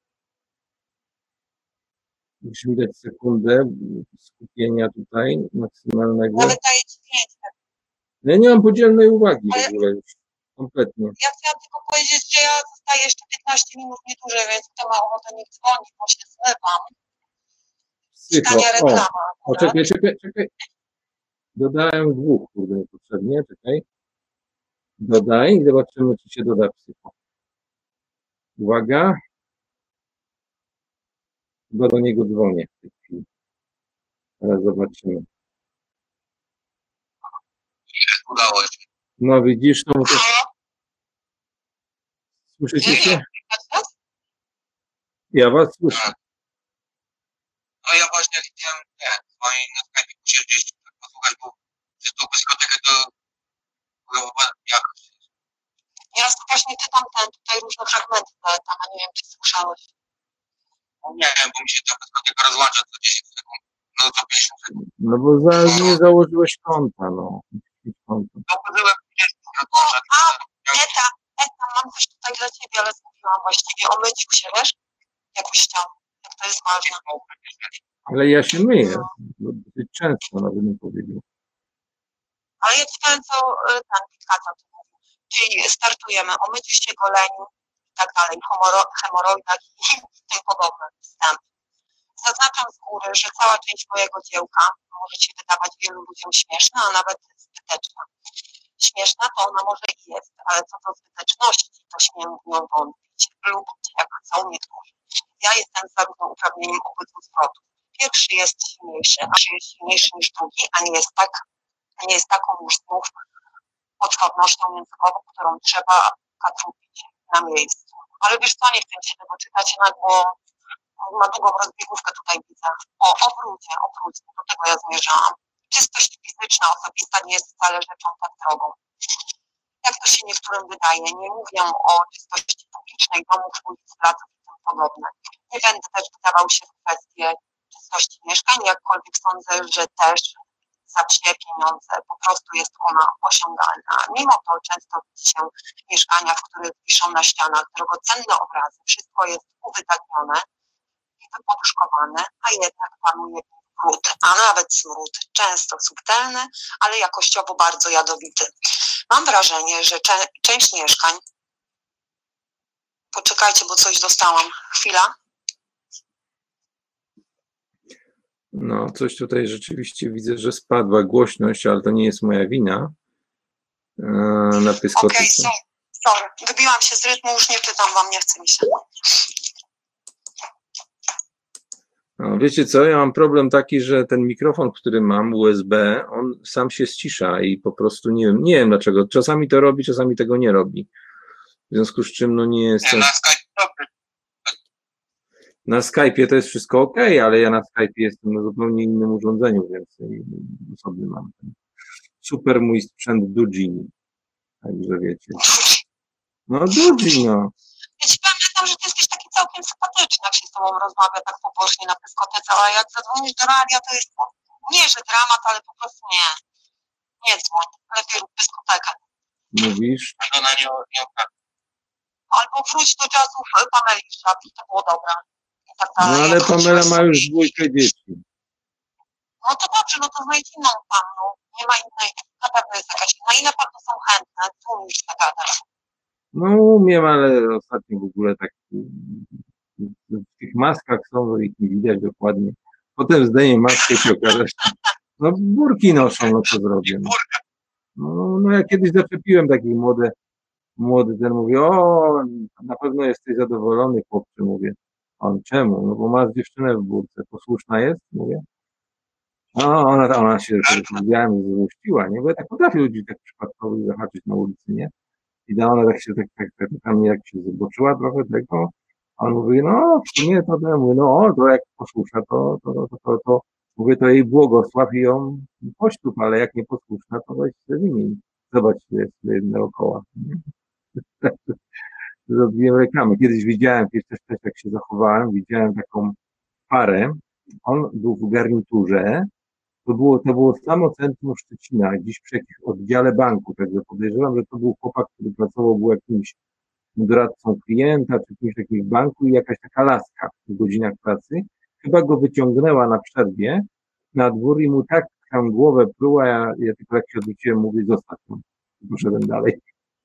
Musisz mi dać sekundę skupienia tutaj maksymalnego. Nawet daję ci zdjęcie. Ja nie mam podzielnej uwagi w ogóle już. Kompletnie. Ja chciałam tylko powiedzieć, że ja zostaję jeszcze piętnaście minut, nie dłużej, więc kto ma ochotę, niech dzwoni, bo się zmywam. Psycho. Tania O, reklama. o, czekaj, czekaj, czekaj. Dodałem dwóch, kurde, niepotrzebnie. Czekaj. Dodaj i zobaczymy, czy się doda psycho. Uwaga. Chyba do niego dzwonię w tej chwili. Teraz zobaczymy. Udało się. No widzisz, no to Halo? słyszycie Nie się? wiem. Teraz? Ja was słyszę. No ja właśnie chciałem, nie, swojej na Skype posiedzieć, posłuchać, bo przez tą dyskotekę to było jakoś. Ja właśnie czytam ten, tutaj różne fragmenty, tam, a nie wiem, czy słyszałeś. No nie wiem, bo mi się ta dyskoteka rozłącza co dziesięć sekund, no co pięćdziesiąt sekund. No bo za, nie założyłeś konta, no. Konto. No użyłem O, a, Eta, Eta, mam coś tutaj dla ciebie, ale zgubiłam właściwie. O myciu się, wiesz? Jakbyś chciał, jak to jest ważne. Ale ja się myję. Dosyć często, nawet bym powiedział. Ale ja czytałem, co y, ten Witkaca tu mówił. Czyli startujemy o myciu się, goleniu i tak dalej, homoro- hemoroidach i tym podobne. Wstęp. Zaznaczam z góry, że cała część mojego dziełka może się wydawać wielu ludziom śmieszna, a nawet zbyteczna. Śmieszna to ona może i jest, ale co do zbyteczności, to śmiem w nią wątpić lub jak chcą niektórzy. Ja jestem zarówno uprawnieniem obydwu zwrotów. Pierwszy jest silniejszy, a jest silniejszy niż drugi, a nie jest tak, a nie jest taką już znów potwornością językową, którą trzeba katrupić na miejscu. Ale wiesz co, nie chcę mi się tego czytać na głowę. Ma długą rozbiegówkę tutaj widzę. O, obrócie, obrócie, do tego ja zmierzałam. Czystość fizyczna, osobista nie jest wcale rzeczą tak drogą. Jak to się niektórym wydaje, nie mówię o czystości publicznej, domów, ulic, placów i tym podobne. Nie będę też wydawał się w kwestię czystości mieszkań, jakkolwiek sądzę, że też za psie pieniądze po prostu jest ona osiągalna. Mimo to często widzi się mieszkania, w których wiszą na ścianach drogocenne obrazy, wszystko jest uwydatnione i wypoduszkowane, a jednak panuje brud, a nawet smród, często subtelny, ale jakościowo bardzo jadowity. Mam wrażenie, że cze- część mieszkań, poczekajcie, bo coś dostałam, chwila. No, coś tutaj rzeczywiście widzę, że spadła głośność, ale to nie jest moja wina. Eee, na Okej, pyskotyce. okay, so, sorry, wybiłam się z rytmu, już nie czytam wam, nie chce mi się. No, wiecie co, ja mam problem taki, że ten mikrofon, który mam, U S B, on sam się ścisza i po prostu nie wiem, nie wiem dlaczego. Czasami to robi, czasami tego nie robi. W związku z czym, no nie jestem... Na Skype dobry. Na Skype'ie to jest wszystko ok, ale ja na Skype'ie jestem na zupełnie innym urządzeniu, więc sobie mam ten super mój sprzęt Dujin. Także wiecie. No Dujin, no. Ja ci pamiętam, że ty jesteś taki całkiem sympatyczny, jak się z tobą rozmawia tak pobocznie na dyskotece, ale jak zadzwonisz do radia, to jest to nie, że dramat, ale po prostu nie. Nie dzwoń, lepiej rób dyskotekę. Mówisz? To na nią nie oprawi. Albo wróć do czasów Pameli Szabli, to było dobre. I tak No dalej. ale Jak Pamela wróciłeś ma sobie- już dwójkę dzieci. No to dobrze, no to znajdź inną panną. Nie ma innej, na pewno jest jakaś inna i na pewno są chętne, tu już zagadać. No umiem, ale ostatnio w ogóle tak w tych maskach są, że ich nie widać dokładnie. Potem zdejmę maskę i się okaże, że no burki noszą, no co zrobię. No, no, no ja kiedyś zaczepiłem taki młody, młody ten mówi, o, na pewno jesteś zadowolony, chłopcze, mówię. On, czemu? No bo masz dziewczynę w burce, posłuszna jest? Mówię. No, ona, ona się, widziałem, że złościła, nie? Bo ja tak potrafię ludzi tak przypadkowo zahaczyć na ulicy, nie? I ona tak się, tak, tak, tak, tam jak się zobaczyła trochę tego, a on mówi, no, w sumie to, to ja mówię, no, to jak posłusza, to, to, to, to, to, to, mówię, to jej błogosław i ją poślub, ale jak nie posłuszna, to weź się wymień. Zobacz, co jest dookoła. Zrobiłem reklamę. Kiedyś widziałem, kiedyś też, też jak się zachowałem, widziałem taką parę, on był w garniturze, to było, to było samo centrum Szczecina, gdzieś przy jakimś oddziale banku, także podejrzewam, że to był chłopak, który pracował, był jakimś doradcą klienta, czy kimś jakiegoś banku i jakaś taka laska w godzinach pracy. Chyba go wyciągnęła na przerwie na dwór i mu tak tam głowę pruła, ja, ja tylko jak się odwróciłem, mówię, zostaw ją. Poszedłem dalej.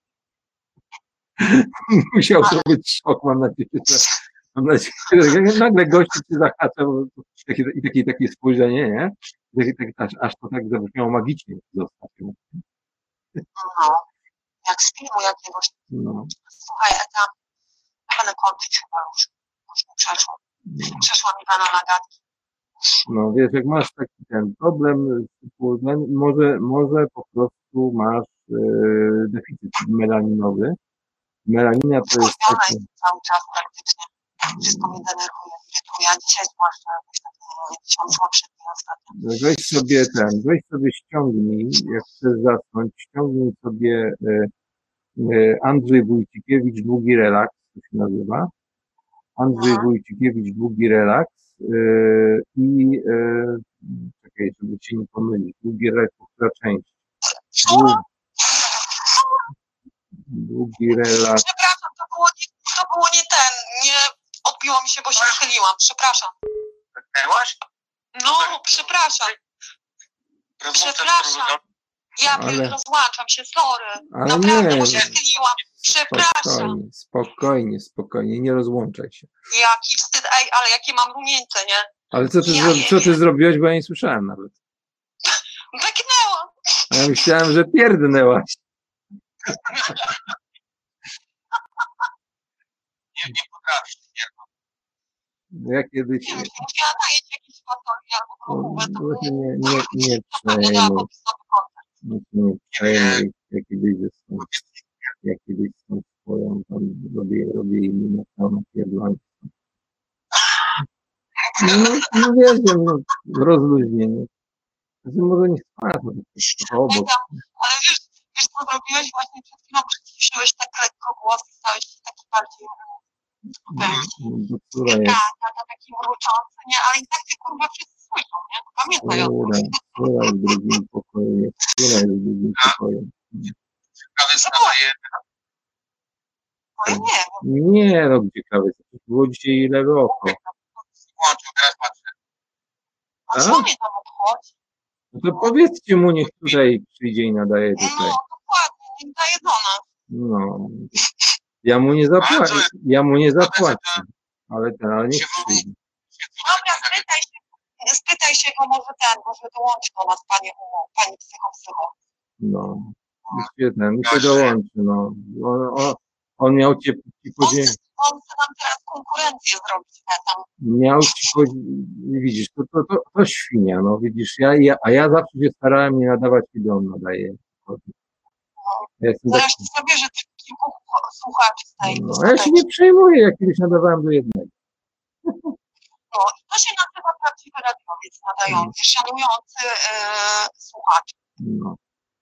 Musiał to być szok, mam nadzieję, że mam nadzieję, że nagle gości się zahacza i takie, takie, takie spojrzenie, nie? Tak, tak, aż, aż to tak zabrzmiało magicznie, zostaw ją. No, jak z filmu jakiegoś. No. Słuchaj, Eta, ja będę kończyć chyba już. Już mi przeszło. Przeszła mi pana na gadki. No wiesz, jak masz taki ten problem, typu, no, może, może po prostu masz e, deficyt melaninowy. Melanina to jest Wkurwiona taki, jestem cały czas praktycznie. Wszystko mnie denerwuje, irytuje, a dzisiaj zwłaszcza jakoś tak nie tysiąc złotych ostatnio. weź sobie ten, weź sobie ściągnij, jak chcesz zasnąć, ściągnij sobie e, e, Andrzej Wójcikiewicz, Długi Relaks, to się nazywa. Andrzej Mhm. Wójcikiewicz, Długi Relaks e, i e, czekaj, żeby cię nie pomylić, Długi Relaks, która część. Dłu- Długi Relaks. Przepraszam, to było, nie, to było nie ten, nie odbiło mi się, bo się schyliłam. Przepraszam. Miałaś? No, przepraszam. Przepraszam. Ja Ale- rozłączam się, sorry. Ale Naprawdę, nie, bo się schyliłam. Przepraszam. spokojnie, spokojnie, spokojnie, nie rozłączaj się. Jaki wstyd, ej, ale jakie mam rumieńce, nie? Ale co ty, Ja zro- nie co ty wiem. zrobiłaś, bo ja nie słyszałem nawet. Beknęłam. A ja myślałem, że pierdnęłaś. Nie, nie potrafisz. Ja kiedyś, Nie wiem, musiała najeść jakieś fasolki albo no, krówę, to właśnie nie, nie, nie pewnie miała przejmuj, popisowy koncert. nie, nie przejmuj, jak kiedyś ze swoją, jak kiedyś z tą swoją, tam robię, robię im na stronę pierdolę. No, no, no wiesz, no, rozluźnienie. Znaczy, może nie spać, no, trochę obok. Ale wiesz, wiesz co zrobiłeś? Właśnie przed chwilą przyciszyłeś tak lekko głos i stałeś się taki bardziej No, która jest? tak, tak, taki mruczący, nie? Ale i tak cię kurwa wszyscy słyszą, nie? Pamiętaj o tym. Która, która jest w drugim pokoju? Która jest w drugim pokoju? Prawie wstaje. No ja nie wiem. Nie, no gdzie klawisz? Było dzisiaj lewe oko. Włączył, teraz patrzę. No A? co mnie tam obchodzi? No to powiedzcie mu, niech tutaj przyjdzie i nadaje No, tutaj. dokładnie, nie daje do nas. No. Ja mu nie zapłacę. Ja mu nie zapłacę. Ale ten, ale niech przyjdzie. Dobra, spytaj się, spytaj się go może ten, może dołączy do nas panie, pani psycho, psycho. No. Świetnie, mi się dołączy, no. On, on, on miał cię ci podziękować. on chce nam teraz konkurencję zrobić tam. Miał ci chodzi, widzisz, to, to, to, to świnia, no widzisz, ja, ja, a ja zawsze się starałem nie nadawać, kiedy on nadaje. Ja jestem Zaraz taki, ci zrobię, że ty kilku słuchaczy z tej no, ja się nie przejmuję, ja kiedyś nadawałem do jednego. No, to się nazywa prawdziwy radiowiec nadający, szanujący e, słuchaczy. No.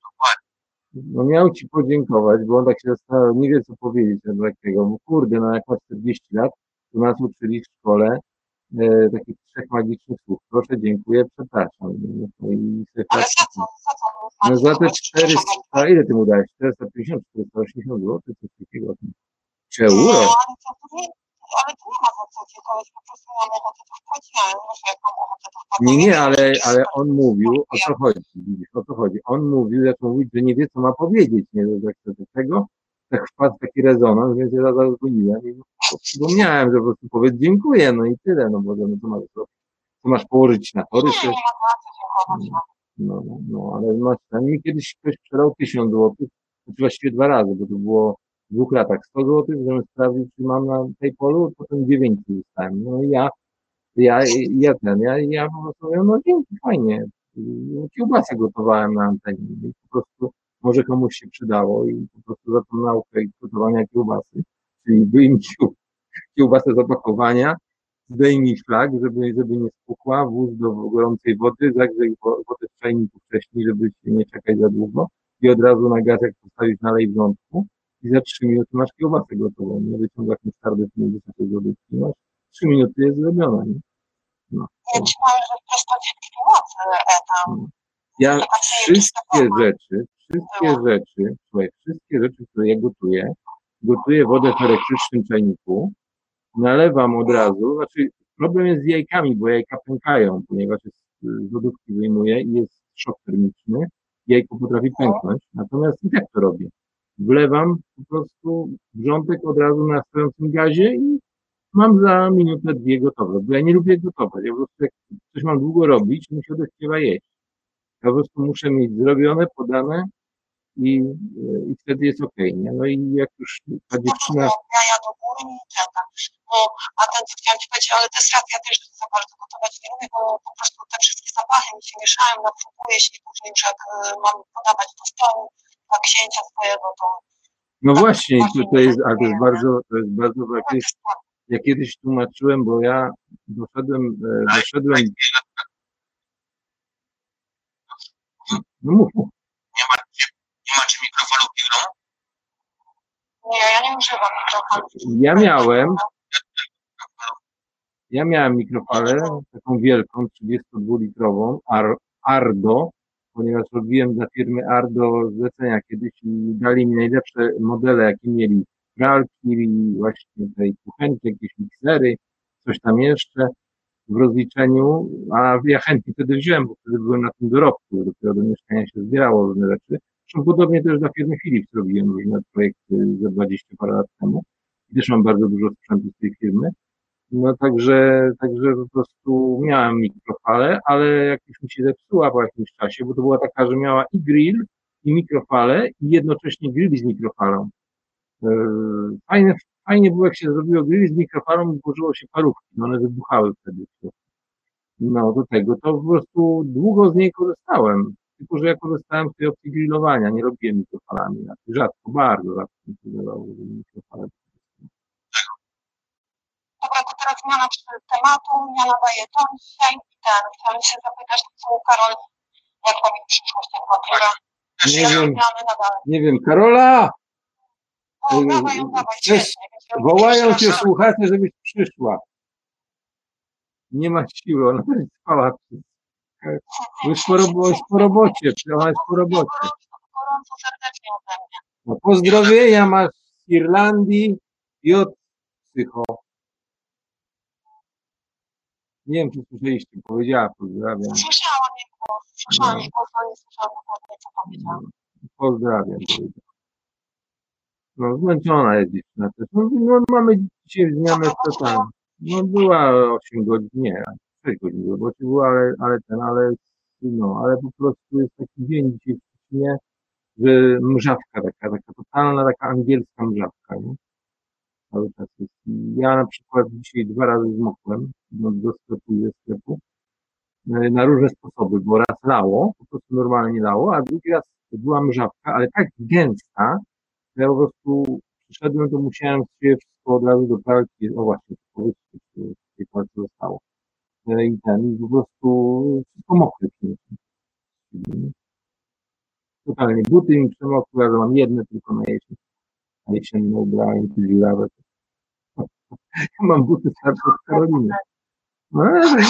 No miał ci podziękować, bo on tak się zastanawiał, nie wie co powiedzieć na takiego, bo kurde, no jak ma czterdzieści lat, to nas uczyli w szkole e, takich trzech magicznych słów. Proszę, dziękuję, przepraszam. No, i Ale za co? Za co? no za te Przepraszam, czterysta, ile ty mu dałeś? czterysta pięćdziesiąt, czterysta osiemdziesiąt złotych, coś takiego. Czy No, euro? ale to, to nie, ale to nie ma za co dziękować, po prostu mam ochotę, to wpłaciłem. Może jak mam ochotę, to wpłaciłem. Nie, nie, ale, ale on mówił, o co chodzi, widzisz, o co chodzi. On mówił, jak mówić, że nie wie, co ma powiedzieć, nie wiem, jak do tego, tak wpadł taki rezonans, więc ja zadzwoniłem i przypomniałem, że po prostu powiedz dziękuję, no i tyle, no bo no, to masz, co masz położyć na tory, Nie, nie ma za co dziękować. No. no, no, no, ale no, mi kiedyś ktoś przelał tysiąc złotych, znaczy właściwie dwa razy, bo to było w dwóch latach sto złotych, żebym sprawdził, czy mam na PayPalu, potem dziewięćset dostałem, no i ja Ja, ja ten, ja, ja po prostu mówię, no dzięki, fajnie. Kiełbasę gotowałem na antenie i po prostu może komuś się przydało i po prostu za tą naukę gotowania kiełbasy, czyli wyjmij kiełbasę z opakowania, zdejmij szlak, żeby, żeby nie spukła, włóż do gorącej wody, zagrzej wodę w czajniku wcześniej, żeby się nie czekać za długo i od razu na gaz jak postawisz nalej w wrzątku i za trzy minuty masz kiełbasę gotową, nie wyciągasz musztardy z tej wysokiej wody, masz trzy minuty jest zrobiona, nie? No. Ja ci powiem, że w prostocie nocy tam. Ja wszystkie rzeczy, wszystkie rzeczy, słuchaj, wszystkie rzeczy, które ja gotuję, gotuję wodę w elektrycznym czajniku, nalewam od razu, znaczy problem jest z jajkami, bo jajka pękają, ponieważ jest, z lodówki wyjmuję i jest szok termiczny, jajko potrafi pęknąć, natomiast i tak to robię. Wlewam po prostu wrzątek od razu na stojącym gazie i mam za minutę, dwie gotowe, bo ja nie lubię gotować. Ja po prostu jak coś mam długo robić, mi się odechciewa jeść. Ja po prostu muszę mieć zrobione, podane i, i wtedy jest okej, nie? No i jak już ta dziewczyna... Ja ja do góry nie czekam. No, a ten, co chciałam ci powiedzieć, ale też raz ja też za bardzo gotować nie lubię, bo po prostu te wszystkie zapachy mi się mieszają, napróbuję się i później już jak y, mam podawać do stołu dla księcia swojego, to... No tak, właśnie, to, to jest, ale to jest nie, bardzo, to jest bardzo, jak kiedyś, ja kiedyś tłumaczyłem, bo ja doszedłem, e, doszedłem... No mów, mów. Nie ma, nie ma czy mikrofonu biorą? Nie, ja nie używam mikrofonu. Ja miałem, ja miałem mikrofalę, taką wielką, trzydziestodwulitrową, Ar, Ardo, ponieważ robiłem dla firmy Ardo zlecenia kiedyś i dali mi najlepsze modele, jakie mieli. Pralki, właśnie tej kuchenki, jakieś miksery, coś tam jeszcze w rozliczeniu, a ja chętnie wtedy wziąłem, bo wtedy byłem na tym dorobku, dopiero do mieszkania się zbierało różne rzeczy. Zresztą podobnie też dla firmy Philips robiłem różne projekty za dwadzieścia parę lat temu. I też mam bardzo dużo sprzętu z tej firmy. No także, także po prostu miałem mikrofalę, ale jak już mi się zepsuła po jakimś czasie, bo to była taka, że miała i grill, i mikrofalę, i jednocześnie grill z mikrofalą. Fajne, fajnie było, jak się zrobiło grill z mikrofalą i włożyło się parówki, no one wybuchały wtedy. No do tego, to po prostu długo z niej korzystałem, tylko że ja korzystałem z tej opcji grillowania, nie robiłem mikrofalami, rzadko, bardzo rzadko mi się zdawało, że mikrofale. Dobra, to teraz zmiana tematu, ja nadaję to dzisiaj i ten, chciałam się zapytać, co u Karol, jak robi przyszłość ekwatora? Nie wiem, nie wiem, Karola! O, dawaj ją, dawaj, Chcesz, świetnie. wołają cię słuchacze, żebyś przyszła. Nie ma siły, ona jest spała. Już po, robo, już po robocie, ona jest po robocie. Gorąco serdecznie ode mnie. No, pozdrowienia masz z Irlandii i od Psycho. Nie wiem, czy słyszeliście, powiedziała pozdrawiam. Słyszałam jej głos, słyszałam jej głos, ale nie słyszałam dokładnie, co powiedziałam. Pozdrawiam. No, zmęczona jest dziewczyna też. No, no, mamy dzisiaj zmianę w totalnie. No, była osiem godzin, nie, sześć godzin w robocie była, ale, ale ten, ale, no, ale po prostu jest taki dzień dzisiaj w Szczecinie, że mrzawka taka, taka totalna, taka angielska mrzawka, nie? cały czas jest. Ja na przykład dzisiaj dwa razy zmokłem, idąc do sklepu i ze sklepu, na różne sposoby, bo raz lało, po prostu normalnie lało, a drugi raz była mrzawka, ale tak gęsta, że ja po prostu przyszedłem, to musiałem sobie wszystko od razu do pralki, o właśnie, powiedzcie, czy w tej pralce zostało. I ten, i po prostu wszystko mokre przyniosłem. Totalnie, buty mi przemokły, ale mam jedne tylko na jesień, a jesienne ubrałem, te dziurawe. Ja mam buty starsze od Karoliny. No, ale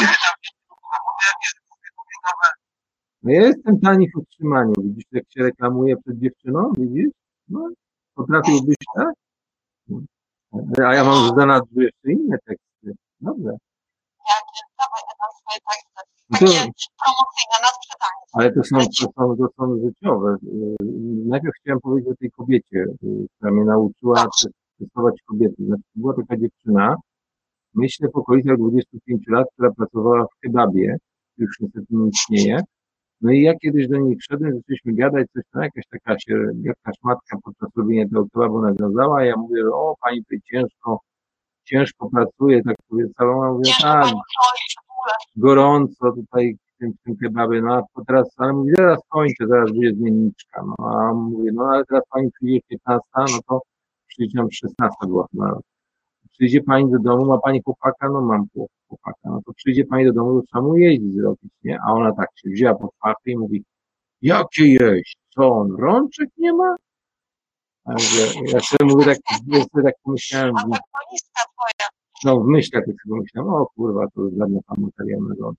no ja jestem tani w utrzymaniu, widzisz, jak się reklamuje przed dziewczyną, widzisz? No, potrafiłbyś tak? No. A ja mam za nadrzu jeszcze inne teksty. Dobrze. Jakie? Dawaj nam swoje teksty. No to, Takie promocyjne na sprzedanie. ale to są, to są, to są życiowe. Najpierw chciałem powiedzieć o tej kobiecie, która mnie nauczyła testować kobiety. Znaczy, była taka dziewczyna, myślę w okolicach dwudziestu pięciu lat, która pracowała w kebabie, już niestety nie istnieje. No i ja kiedyś do niej wszedłem, zaczęliśmy gadać, coś tam, jakaś taka się, jakaś matka podczas robienia tego kebabu nawiązała, a ja mówię, że o, pani tutaj ciężko, ciężko pracuje, tak sobie cała, mówię, tak, gorąco tutaj w tym, w tym kebabie, no a teraz, ale mówię, zaraz kończę, zaraz będzie zmienniczka, no a mówię, no ale teraz pani przyjdzie piętnasta, no to przyjdzie nam szesnasta była chyba. Przyjdzie pani do domu, ma pani chłopaka? No mam chłopaka. No to przyjdzie pani do domu, to trzeba mu jeździć zrobić, nie? A ona tak się wzięła pod pachę i mówi, jakie jeść? Co on, rączek nie ma? A ja, ja sobie mówię tak, ja sobie tak pomyślałem, A telefonistka twoja. no w myślach tak sobie pomyślałem, o kurwa, to już żadne pan materialnego.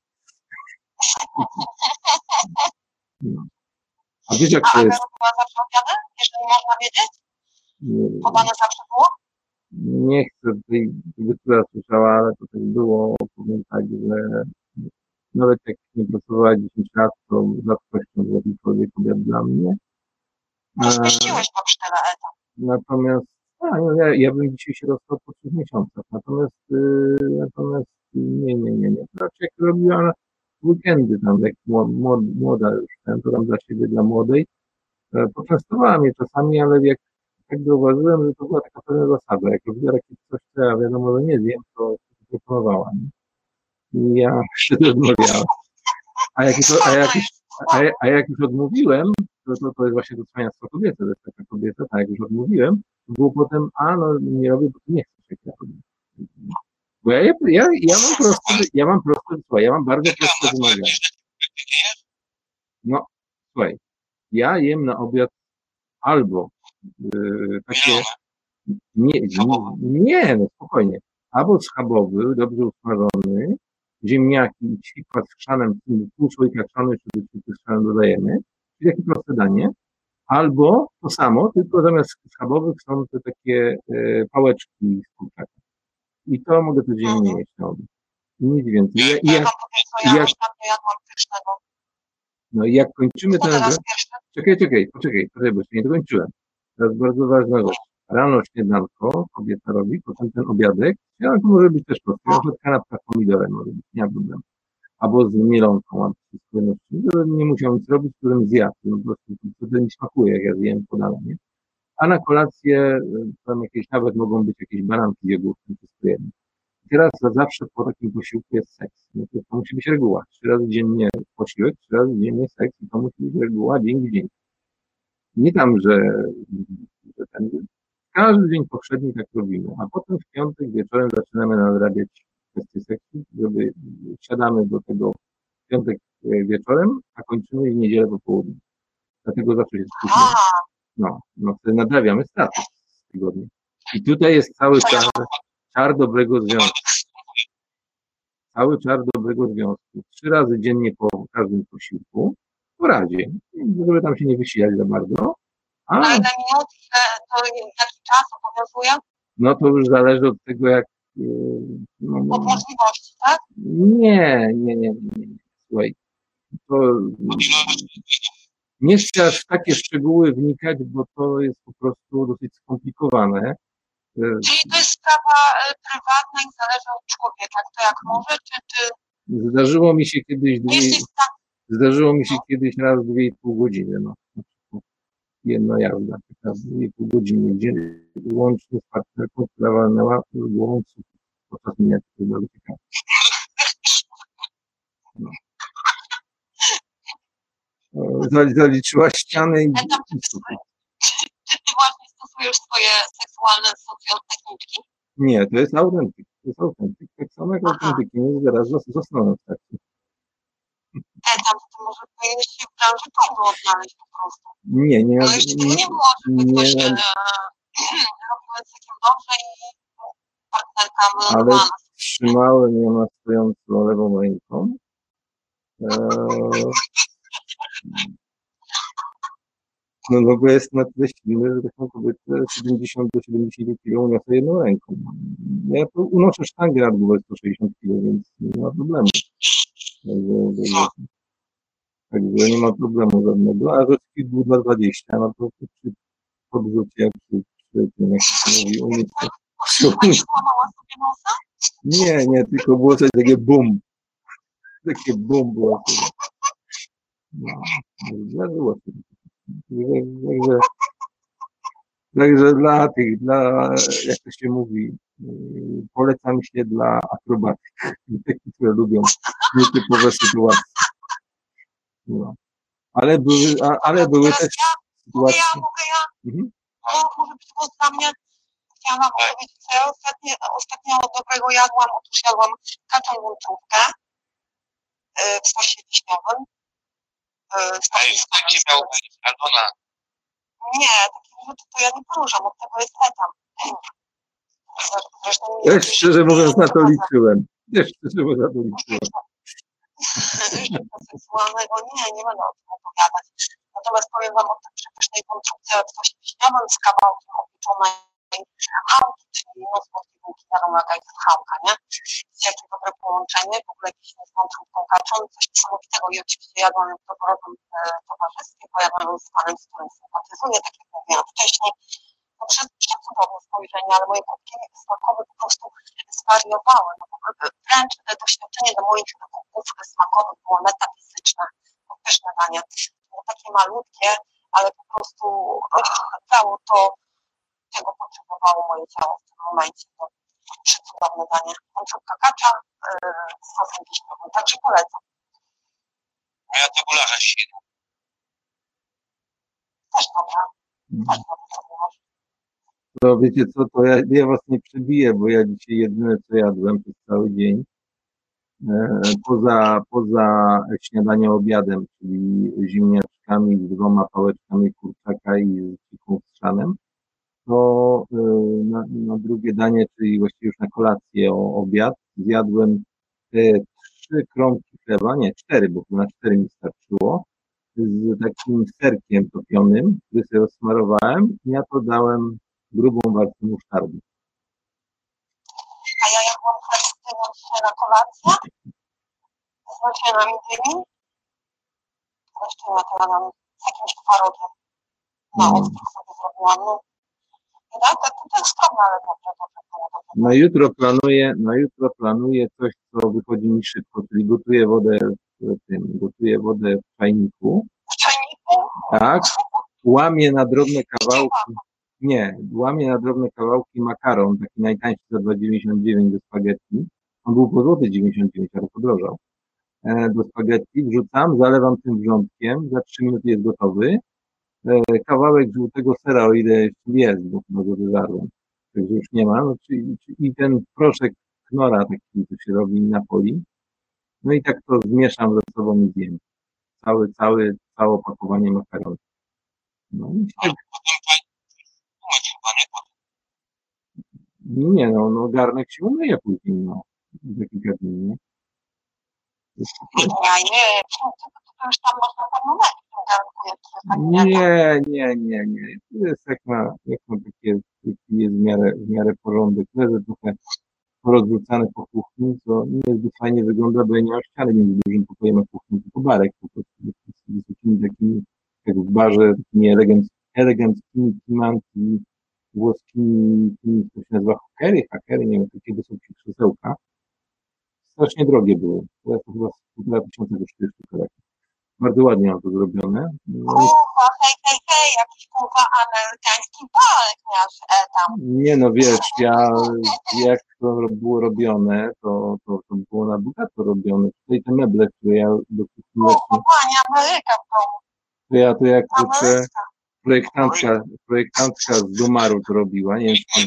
No. A wiesz jak A to Aga jest? robiła zawsze obiady, jeżeli można wiedzieć? Nie, Podane zawsze było? nie chcę tej, żeby która słyszała, ale to tak było, powiem tak, że nawet jak nie pracowała dziesięć lat, to rzadkością był jakikolwiek obiad dla mnie. Nie zmieściłeś go przy tyle etap. Natomiast, a, no, ja, ja bym dzisiaj się rozstał po trzech miesiącach. Natomiast, yy, natomiast nie, nie, nie, nie. Raczej jak robiła weekendy tam, jak młoda, młoda już, ten, to tam dla siebie, dla młodej, e, poczęstowała mnie czasami, ale jak tak zauważyłem, że to była taka pewna zasada. Jak robiła takie coś, co ja wiadomo, że nie zjem, to proponowała. Nie? I ja wtedy odmawiałem. A jak, już, a, jak już, a, a jak już odmówiłem, to, to, to jest właśnie to cwaniactwo kobiety, to jest taka kobieta, tak jak już odmówiłem, to było potem, a no nie robię, bo ty nie chcesz, jak ja robię. Bo ja, ja, ja mam proste, ja mam proste, słuchaj, ja mam bardzo proste wymagania. No, słuchaj, ja jem na obiad albo yy, takie, nie, nie, nie, no spokojnie, albo schabowy, dobrze usmażony, ziemniaki i ćwikła z chrzanem, pół słoika chrzanu, jeszcze do ćwikły z chrzanem dodajemy, czyli takie proste danie, albo to samo, tylko zamiast schabowych są te takie e, pałeczki z kurczaka. I to mogę codziennie jeść na obiad. Nic więcej. I, i, jak, i jak, no i jak kończymy ten obiad, czekaj, czekaj, poczekaj, poczekaj, bo jeszcze nie dokończyłem. To jest bardzo ważna rzecz. Rano śniadanko kobieta robi, potem ten obiadek. Śniadanko może być też prosty, na przykład kanapka z pomidorem może być, nie ma problemu. Albo z mielonką, albo z skórnością. Nie musiał nic robić, którym zjadł. No po prostu to mi smakuje, jak ja zjem podane, nie? A na kolację tam jakieś, nawet mogą być jakieś baranki z jogurtem, testujemy. Teraz zawsze po takim posiłku jest seks. No to, to musi być reguła. Trzy razy dziennie posiłek, trzy razy dziennie seks i to musi być reguła dzień w dzień. Nie tam, że, że ten, każdy dzień poprzedni tak robimy, a potem w piątek wieczorem zaczynamy nadrabiać kwestie seksu, żeby siadamy do tego w piątek wieczorem, a kończymy w niedzielę po południu. Dlatego zawsze się spóźniamy. No, no wtedy nadrabiamy straty z tygodnia. I tutaj jest cały czar, czar dobrego związku. Cały czar dobrego związku. Trzy razy dziennie po każdym posiłku, po razie, żeby tam się nie wysilać za bardzo. A, na ile minut, to jaki czas obowiązuje? No to już zależy od tego, jak... No, od możliwości, tak? Nie, nie, nie, nie. Słuchaj, to... Nie chcę aż w takie szczegóły wnikać, bo to jest po prostu dosyć skomplikowane. Czyli to jest sprawa prywatna i zależy od człowieka, kto jak może, czy... czy... Zdarzyło mi się kiedyś dwie... Zdarzyło mi się kiedyś raz dwie i pół godziny, no. jedna jazda, taka dwie i pół godziny, gdzie łącznie z partnerką, która walnęła głową w sufit podczas miniaturki do wyciekania. No. Zali- Zaliczyła ściany i Adam, czy ty, czy ty właśnie stosujesz swoje seksualne socjotechniki? nie, to jest autentyk, to jest autentyk. Tak samo jak Aha. autentykiem zaraz zostaną w trakcie. Adam, to może powinieneś się w branży porno odnaleźć po prostu. Nie, nie, No jeszcze tego nie, nie było, żeby nie, ktoś e, robił całkiem dobrze i partnerka ale wylądowała na trzymałem ją na stojąco lewą ręką. Eee, no, no bo jest na tyle silny, że taką kobietę siedemdziesiąt do siedemdziesięciu kilo uniosę jedną ręką. Ja tu unoszę sztangę na głowę sto sześćdziesiąt kilo, więc nie ma problemu. Także, także, także nie ma problemu żadnego. A że speed był dwa dwadzieścia, no to przy podrzucie, przy, przy tym, jak to się mówi, umieć to. Pani złamała sobie nosa? Nie, nie, tylko było coś takie bum. Takie bum było. No, zdarzyło się. Także, także dla tych, dla, jak to się mówi, yy, polecam się dla akrobatyk, takich, które lubią nietypowe sytuacje. No. Ale były, a, ale były Teraz też ja, mogę ja, sytuacje. mogę ja, Mhm. no, może być głos dla mnie. Chciałam wam powiedzieć, co ja ostatnio, ostatnio dobrego jadłam. Otóż jadłam kaczą wątróbkę yy, w sosie wiśniowym. Yy, z Ej, taki miał być, Aldona. Nie, takich rzeczy to ja nie poruszam, od tego jest etam. Zresztą nie Też szczerze mówiąc na to liczyłem. Też szczerze mówiąc na to liczyłem. Życia seksualnego nie, nie będę o tym opowiadać. Natomiast powiem wam o tej przepysznej wątróbce w sosie wiśniowym z kawałkiem opieczonej chałki, czyli no słodkie bułki, wiadomo jaka jest chałka, nie? Jakie dobre połączenie, w ogóle jakieś z wątróbką kaczą, coś niesamowitego i oczywiście jadłam ją w doborowym e, towarzystwie, bo jadłam ją z panem, z którym sympatyzuję, tak jak mówiłam wcześniej. No, przez przecudowne spojrzenie, ale moje kubki smakowe po prostu zwariowały. No, wręcz doświadczenie do moich kubków smakowych było metafizyczne. To pyszne danie. Było takie malutkie, ale po prostu och, dało to, czego potrzebowało moje ciało w tym momencie. To przecudowne danie. Wątróbka kacza yy, z sosem wiśniowym. Także polecam. Ja to gularza się. Też dobra. Też dobra. To wiecie co, to ja, ja was nie przebiję, bo ja dzisiaj jedyne co jadłem przez cały dzień, e, poza, poza śniadaniem, obiadem, czyli ziemniaczkami z dwoma pałeczkami kurczaka i z cichą strzanem, to e, na, na drugie danie, czyli właściwie już na kolację, o obiad, zjadłem e, trzy kromki chleba, nie, cztery, bo na cztery mi starczyło, z takim serkiem topionym, który sobie rozsmarowałem i ja to dałem grubą warstwę musztardy. A ja jadłam chleb z tyłu dzisiaj na kolację z nasionami dyni. Zresztą ja to jadłam z jakimś twarogiem. Na Mm. ostrych sobie zrobiłam. No. I tak, to, to jest skromne, ale dobrze, dobrze było. Dobrze. Na jutro planuję, na jutro planuję coś, co wychodzi mi szybko, czyli gotuję wodę w tym, gotuję wodę w czajniku, W czajniku? tak, łamię na drobne kawałki, nie, łamię na drobne kawałki makaron, taki najtańszy za dwa dziewięćdziesiąt dziewięć do spaghetti, on był po złoty dziewięćdziesiąt dziewięć, ale podrożał, e, do spaghetti, wrzucam, zalewam tym wrzątkiem, za trzy minuty jest gotowy, e, kawałek żółtego sera, o ile jeszcze jest, bo chyba go wyżarłem, także już nie ma, no, czyli, i ten proszek knora taki, co się robi na poli, no i tak to zmieszam ze sobą i zjem. Cały, cały, całe opakowanie makaron. No i się, nie no, no garnek się umyje później, no, za kilka dni, nie? Ja nie, to, to, to już tam można termometr w tym garnku, jak to jest tak nie. Nie, nie, nie, nie. To jest jak na, jak na takie, taki jest w miarę, w miarę porządek. Leży trochę rozrzucane po kuchni, co niezbyt fajnie wygląda, bo ja nie mam ściany między dużym pokojem a kuchnią, tylko barek po prostu z wysokimi takimi, jak w barze, takimi elegant, eleganckimi kimanki, włoskimi, tymi, co się nazywa hakery, hakery, nie wiem, takie wysokie krzesełka. Strasznie drogie były. Teraz to chyba z półtora tysiąca kosztuje sztuka. Bardzo ładnie mam to zrobione. No, Kurwa, hej, hej, hej, jakiś kurwa amerykański balik miałeś e, tam. nie no, wiesz, ja jak to było robione, to, to, to było na bogato robione. Tutaj te meble, które ja do tych Kurwa, właśnie, panie, Ameryka w domu. to ja to jak kurczę, Ameryka. projektantka, projektantka z Domaru to robiła, nie wiem, czy,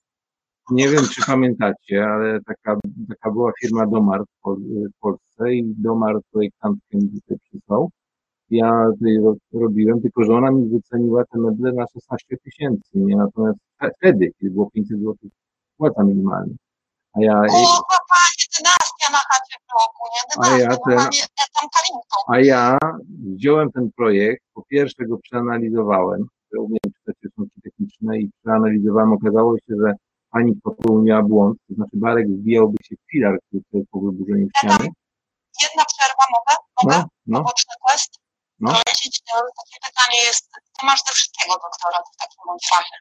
nie wiem, czy pamiętacie, ale taka, taka była firma Domar w, Pol w Polsce i Domar projektantkę mi tutaj przysłał. Ja tutaj ro robiłem, tylko że ona mi wyceniła te meble na szesnaście tysięcy, nie? Natomiast wtedy, kiedy było pięćset złotych płaca minimalna. A ja, Kurwa, panie, dynastia na chacie w bloku, nie? A ja Dynastia, ten- normalnie e, tam Kalinką. a ja wziąłem ten projekt, po pierwsze go przeanalizowałem, że umiem czytać rysunki techniczne i przeanalizowałem, okazało się, że pani popełniła błąd, to znaczy barek wbijałby się w filar, który jest po wyburzeniu ściany. Jedna przerwa, mogę? Mogę? No, no, Poboczny quest? no. Lecić, e, takie pytanie jest, ty masz ze wszystkiego doktorat w takim bądź razie.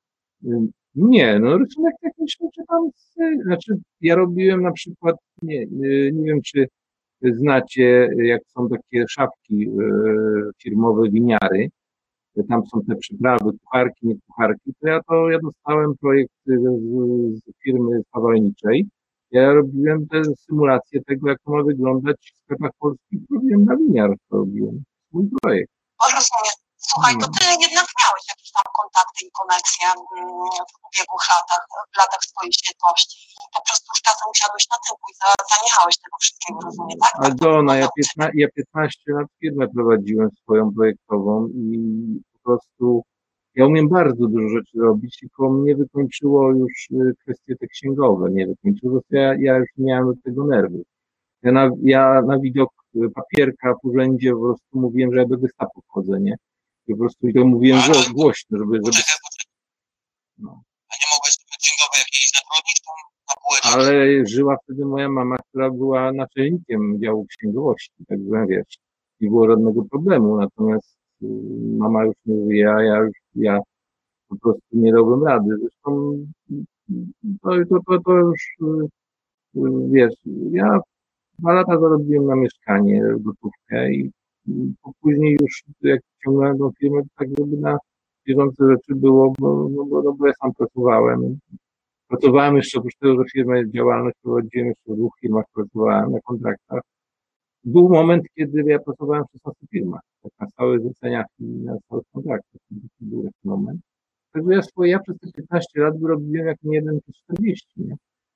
Ym, Nie, no rysunek techniczny czytam, z, znaczy ja robiłem na przykład, nie, y, nie wiem czy znacie, y, jak są takie szafki y, firmowe, winiary, y, tam są te przyprawy, kucharki, nie kucharki, to ja to, ja dostałem projekt y, z, z firmy spawalniczej, ja robiłem te symulacje tego, jak to ma wyglądać w sklepach polskich, robiłem na winiar, to robiłem, mój projekt. O, rozumiem. Słuchaj, to No. ty jednak miałeś jakieś tam kontakty i koneksje mm, w ubiegłych latach, w latach swojej świetności i po prostu już czasem usiadłeś na tyłku i za- zaniechałeś tego wszystkiego, rozumiem, tak? Ale Dona, ja, piętna, ja piętnaście lat firmę prowadziłem swoją projektową i po prostu ja umiem bardzo dużo rzeczy robić, tylko mnie wykończyło już y, kwestie te księgowe, nie wykończyło, bo ja, ja już nie miałem do tego nerwy. Ja na, ja na widok y, papierka w urzędzie po prostu mówiłem, że ja do gestapo wchodzę, nie? I po prostu i to mówiłem gło- głośno, żeby, żeby Poczekaj, poczekaj. No. A nie mogłeś sobie księgowej jakiejś zatrudnić tam na półeczkę? Ale żyła wtedy moja mama, która była naczelnikiem działu księgowości, także wiesz, nie było żadnego problemu, natomiast y, mama już nie żyje, a ja już, ja po prostu nie dałbym rady. Zresztą y, to, to, to, to już, y, y, wiesz, ja dwa lata zarobiłem na mieszkanie, gotówkę i y, po później już jak ciągnąłem tą firmę, to tak żeby na bieżące rzeczy było, bo, no, bo, no, bo ja sam pracowałem. Pracowałem jeszcze, oprócz tego, że firmę działalność prowadziłem, jeszcze w dwóch firmach pracowałem na kontraktach. Był moment, kiedy ja pracowałem w szesnastu firmach, tak na stałych zleceniach i na stałych kontraktach. To był taki moment. Także ja swoje, ja przez te piętnaście lat wyrobiłem jak nie jeden przez czterdzieści, nie?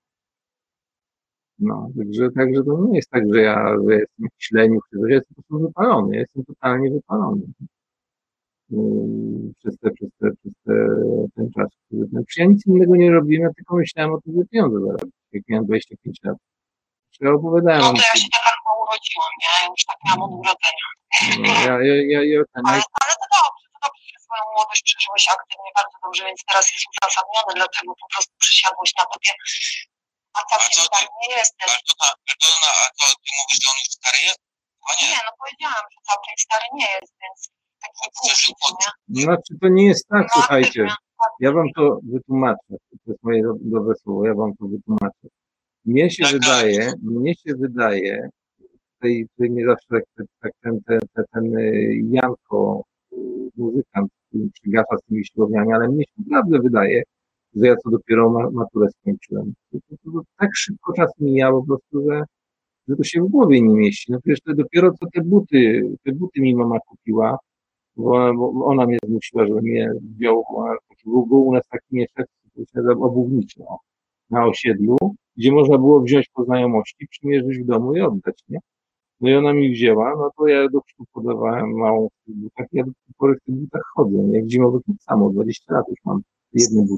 No, także, także to nie jest tak, że ja, że jestem jakiś leniuch, że ja jestem po prostu wypalony, ja jestem totalnie wypalony. Yy, przez, te, przez, te, przez te, ten czas, który ten. Ja nic innego nie robiłem, ja tylko myślałem o tym, że pieniądze zarobić, jak miałem dwadzieścia pięć lat. Ja opowiadałem. No to ja się taka chyba urodziłam, nie? Ja już tak miałam od urodzenia. No, ja, ja, ja, ja, ten, Ale, ale to dobrze, to dobrze, że swoją młodość przeżyłeś aktywnie, bardzo dobrze, więc teraz jest uzasadnione, dlaczego po prostu przysiadłeś na topie. A A całkiem co ty? stary nie jesteś. Ale to, na, ale to, na, a to ty mówisz, że on już stary jest? Chyba nie. Nie, no powiedziałam, że całkiem stary nie jest, więc tak nie pójdzie, nie? znaczy to nie jest tak, No, słuchajcie, aktywnie. ja wam to wytłumaczę, to jest moje do- dobre słowo, ja wam to wytłumaczę. Mnie się Tak, wydaje, mnie się wydaje, tutaj, tutaj mnie zawsze tak, tak ten, ten, ten, ten y, Janko, y, muzykant, który przygasa z tymi siłowniami, ale mnie się naprawdę wydaje, że ja co dopiero ma, maturę skończyłem. To, to, to, to tak szybko czas mija po prostu, że, że to się w głowie nie mieści. No przecież to dopiero co te buty, te buty mi mama kupiła, bo ona, bo ona mnie zmusiła, żebym je wziął, bo ona- taki był, był u nas taki mieszek, który się nazywał Obuwniczy, o, na osiedlu, gdzie można było wziąć po znajomości, przymierzyć w domu i oddać, nie? No i ona mi wzięła, no to ja do chrztu podawałem małą w tych butach, ja do tej pory w tych butach chodzę, nie? Jak zimowych tak samo, dwadzieścia lat już mam jedne buty.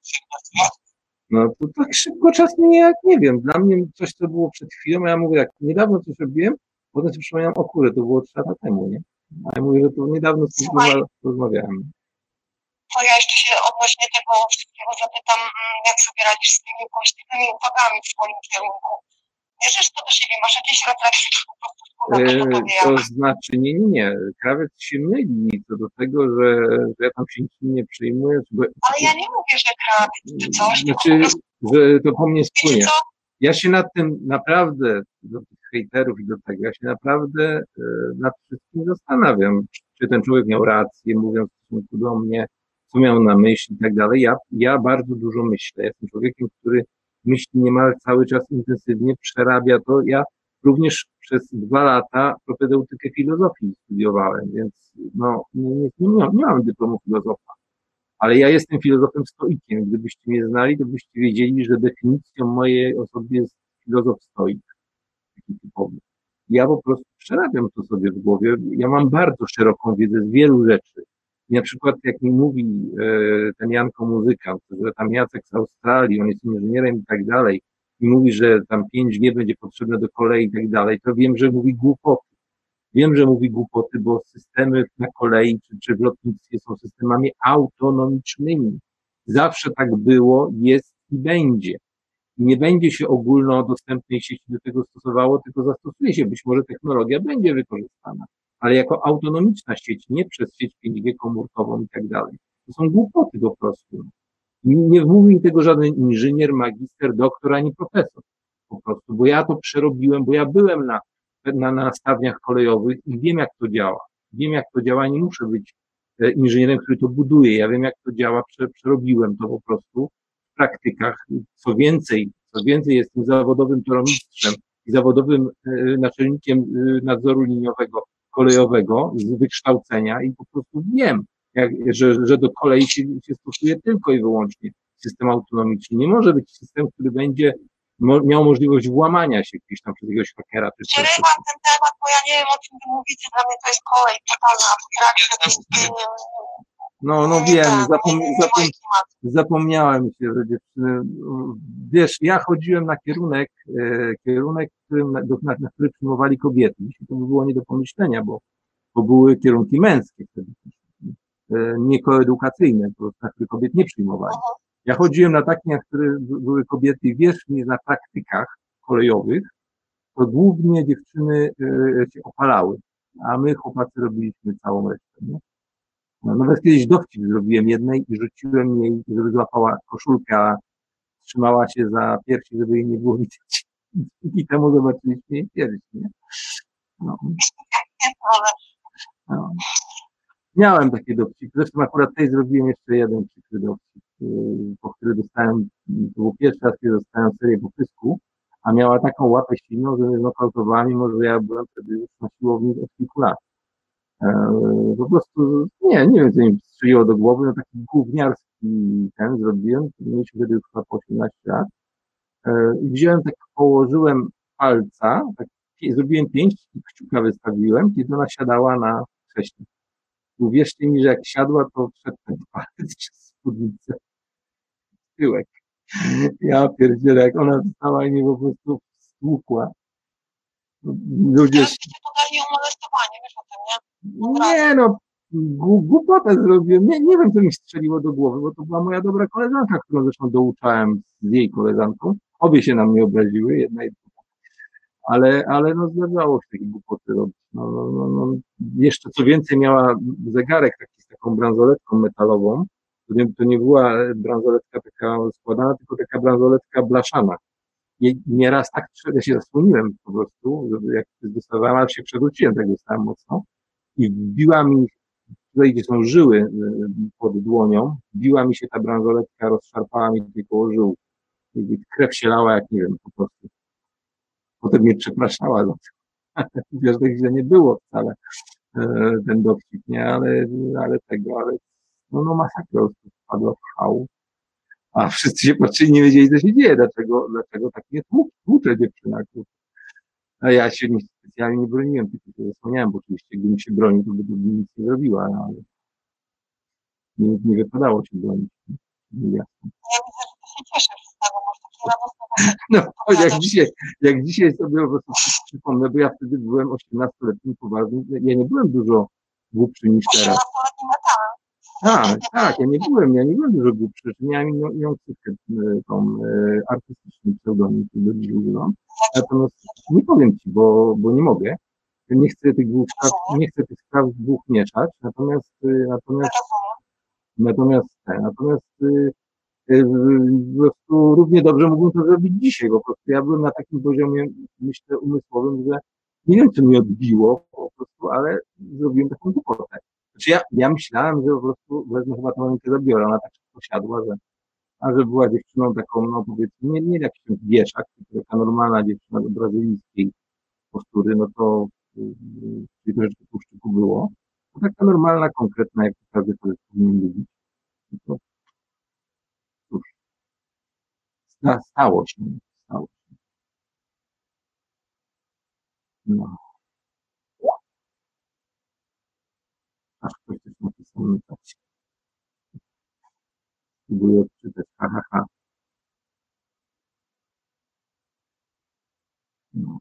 No to tak szybko czas minie, jak nie wiem, dla mnie coś, co było przed chwilą, a ja mówię, jak niedawno coś robiłem, potem sobie przypomniałem, o kurde, to było trzy lata temu, nie? A ja mówię, że to niedawno z tym Słuchaj. rozma- rozmawiałem. To ja jeszcze się odnośnie tego wszystkiego zapytam, mm, jak sobie radzisz z tymi pozytywnymi uwagami w swoim kierunku. Bierzesz to do siebie, masz jakieś refleksje, czy po prostu spływa to do tobie E, To jak... znaczy, nie, nie, nie, krawiec się myli co do tego, że, że ja tam się niczym nie przejmuję, bo, Ale ja nie mówię, że krawiec czy coś, tylko po znaczy, prostu, że to po mnie wiecie spłynie. co, Ja się nad tym naprawdę, do tych hejterów i do tego, ja się naprawdę e, nad wszystkim zastanawiam, czy ten człowiek miał rację, mówiąc w stosunku do mnie, co miał na myśli i tak dalej. Ja, ja bardzo dużo myślę. Jestem człowiekiem, który myśli niemal cały czas intensywnie, przerabia to. Ja również przez dwa lata propedeutykę filozofii studiowałem, więc no, nie, nie, nie, miałem, nie mam dyplomu filozofa. Ale ja jestem filozofem stoikiem. Gdybyście mnie znali, to byście wiedzieli, że definicją mojej osoby jest filozof stoik. Taki typowy. Ja po prostu przerabiam to sobie w głowie. Ja mam bardzo szeroką wiedzę z wielu rzeczy. I na przykład jak mi mówi e, ten Janko muzykant, że tam Jacek z Australii, on jest inżynierem i tak dalej, i mówi, że tam pięć G będzie potrzebne do kolei i tak dalej, to wiem, że mówi głupoty. Wiem, że mówi głupoty, bo systemy na kolei czy, czy w lotnictwie są systemami autonomicznymi. Zawsze tak było, jest i będzie. I nie będzie się ogólnodostępnej sieci do tego stosowało, tylko zastosuje się. Być może technologia będzie wykorzystana, ale jako autonomiczna sieć, nie przez sieć pięć G komórkową i tak dalej. To są głupoty po prostu. I nie mówi mi tego żaden inżynier, magister, doktor, ani profesor. Po prostu, bo ja to przerobiłem, bo ja byłem na na, na stawniach kolejowych i wiem, jak to działa. Wiem, jak to działa, nie muszę być inżynierem, który to buduje. Ja wiem, jak to działa, przerobiłem to po prostu w praktykach. Co więcej, co więcej, jestem zawodowym tormistrzem i zawodowym naczelnikiem nadzoru liniowego kolejowego z wykształcenia i po prostu wiem, jak, że, że do kolei się, się stosuje tylko i wyłącznie system autonomiczny. Nie może być system, który będzie miał możliwość włamania się gdzieś tam przez jakiegoś hakera. Przerywam ten temat, bo ja nie wiem, o czym wy mówicie, dla mnie to jest kolej totalna abstrakcja. No, no wiem, zapom zapom zapomniałem się, że dziewczyny, wiesz, ja chodziłem na kierunek, e, kierunek, którym, na, na, na który przyjmowali kobiety. Dzisiaj to by było nie do pomyślenia, bo, bo były kierunki męskie wtedy, e, niekoedukacyjne, po prostu, na które kobiet nie przyjmowali. Ja chodziłem na takie, na które były kobiety, wiesz, nie na praktykach kolejowych, to głównie dziewczyny y, się opalały, a my chłopacy robiliśmy całą resztę. Nie? No, nawet kiedyś dowcip zrobiłem jednej i rzuciłem jej, żeby złapała koszulkę, a trzymała się za piersi, żeby jej nie było widać. I temu zobaczyliśmy jej pierś, nie? No. No. Miałem takie dowcipy. Zresztą akurat tej zrobiłem jeszcze jeden przykry dowcip, po który dostałem, to był pierwszy raz, kiedy dostałem serię po pysku, a miała taką łapę silną, że mnie znokautowała, mimo że ja byłem wtedy już na siłowni od kilku lat. Eee, po prostu, nie, nie wiem, co mi strzeliło do głowy, no taki gówniarski ten zrobiłem, mieliśmy wtedy już chyba po osiemnaście lat. Eee, I wziąłem tak, położyłem palca, tak, zrobiłem pięść i kciuka wystawiłem, kiedy ona siadała na krześle. Uwierzcie mi, że jak siadła, to wszedł ten palec przez spódnicę. Tyłek. Ja pierdzielę, jak ona wstała i mnie po prostu stłukła. Ludzie... Teraz byście podali o molestowanie, wiesz o tym, nie? Nie no, głupotę zrobiłem. Nie, nie wiem, co mi strzeliło do głowy, bo to była moja dobra koleżanka, którą zresztą douczałem z jej koleżanką. Obie się na mnie obraziły, jedna i druga. Ale, ale no zdarzało się takie głupoty robić. No, no, no, no. Jeszcze co więcej miała zegarek taki z taką bransoletką metalową. To nie, to nie była bransoletka taka składana, tylko taka bransoletka blaszana. I nieraz tak ja się zasłoniłem po prostu, żeby jak dostawałem, ale się przewróciłem, tak dostałem mocno. I wbiła mi, tutaj gdzie są żyły pod dłonią, wbiła mi się ta bransoletka, rozszarpała mi tutaj koło żył. I krew się lała, jak nie wiem, po prostu. Potem mnie przepraszała za to. Wiesz, tak źle nie było wcale ten dowcip, nie? Ale, ale tego, ale no, no masakra wpadła w szał. A wszyscy się patrzyli, nie wiedzieli, co się dzieje, dlaczego, dlaczego tak nie tłucze dziewczyna. A ja się nie, specjalnie nie broniłem, tylko się zasłaniałem, bo oczywiście gdybym się bronił, to by to nic nie zrobiła, ale nie, nie wypadało się bronić. Nie jasne. Ja widzę, że ty się cieszysz z tego, może takie radosne. No, jak dzisiaj, jak dzisiaj sobie po prostu przypomnę, bo ja wtedy byłem osiemnastoletnim poważnym, ja nie byłem dużo głupszy niż teraz. osiemnastoletnim metalem. Tak, tak, ja nie byłem, ja nie byłem dużo głupszy, miałem inną, inną cywkę, tą e, artystyczną pseudonim, który do dziś używam. Natomiast nie powiem ci, bo, bo nie mogę. Nie chcę tych dwóch spraw, nie chcę tych spraw dwóch mieszać, natomiast, natomiast, natomiast, natomiast, y, po prostu równie dobrze mógłbym to zrobić dzisiaj, bo po prostu ja byłem na takim poziomie, myślę, umysłowym, że nie wiem, co mnie odbiło po prostu, ale zrobiłem taką głupotę. Znaczy ja, ja myślałem, że po prostu wezmę chyba tą rękę zabiorę, ona tak szybko siadła, że a że była dziewczyną taką, no powiedzmy, nie, nie jakiś wieszak, tylko taka normalna dziewczyna do brazylijskiej postury, no to yy, troszeczkę tłuszczyku było. To taka normalna, konkretna, jak każdy człowiek powinien lubić. No to cóż, sta, stało się, stało się. No. Aż ktoś też napisał mi tak. Spróbuję odczytać, ha, ha, ha. No.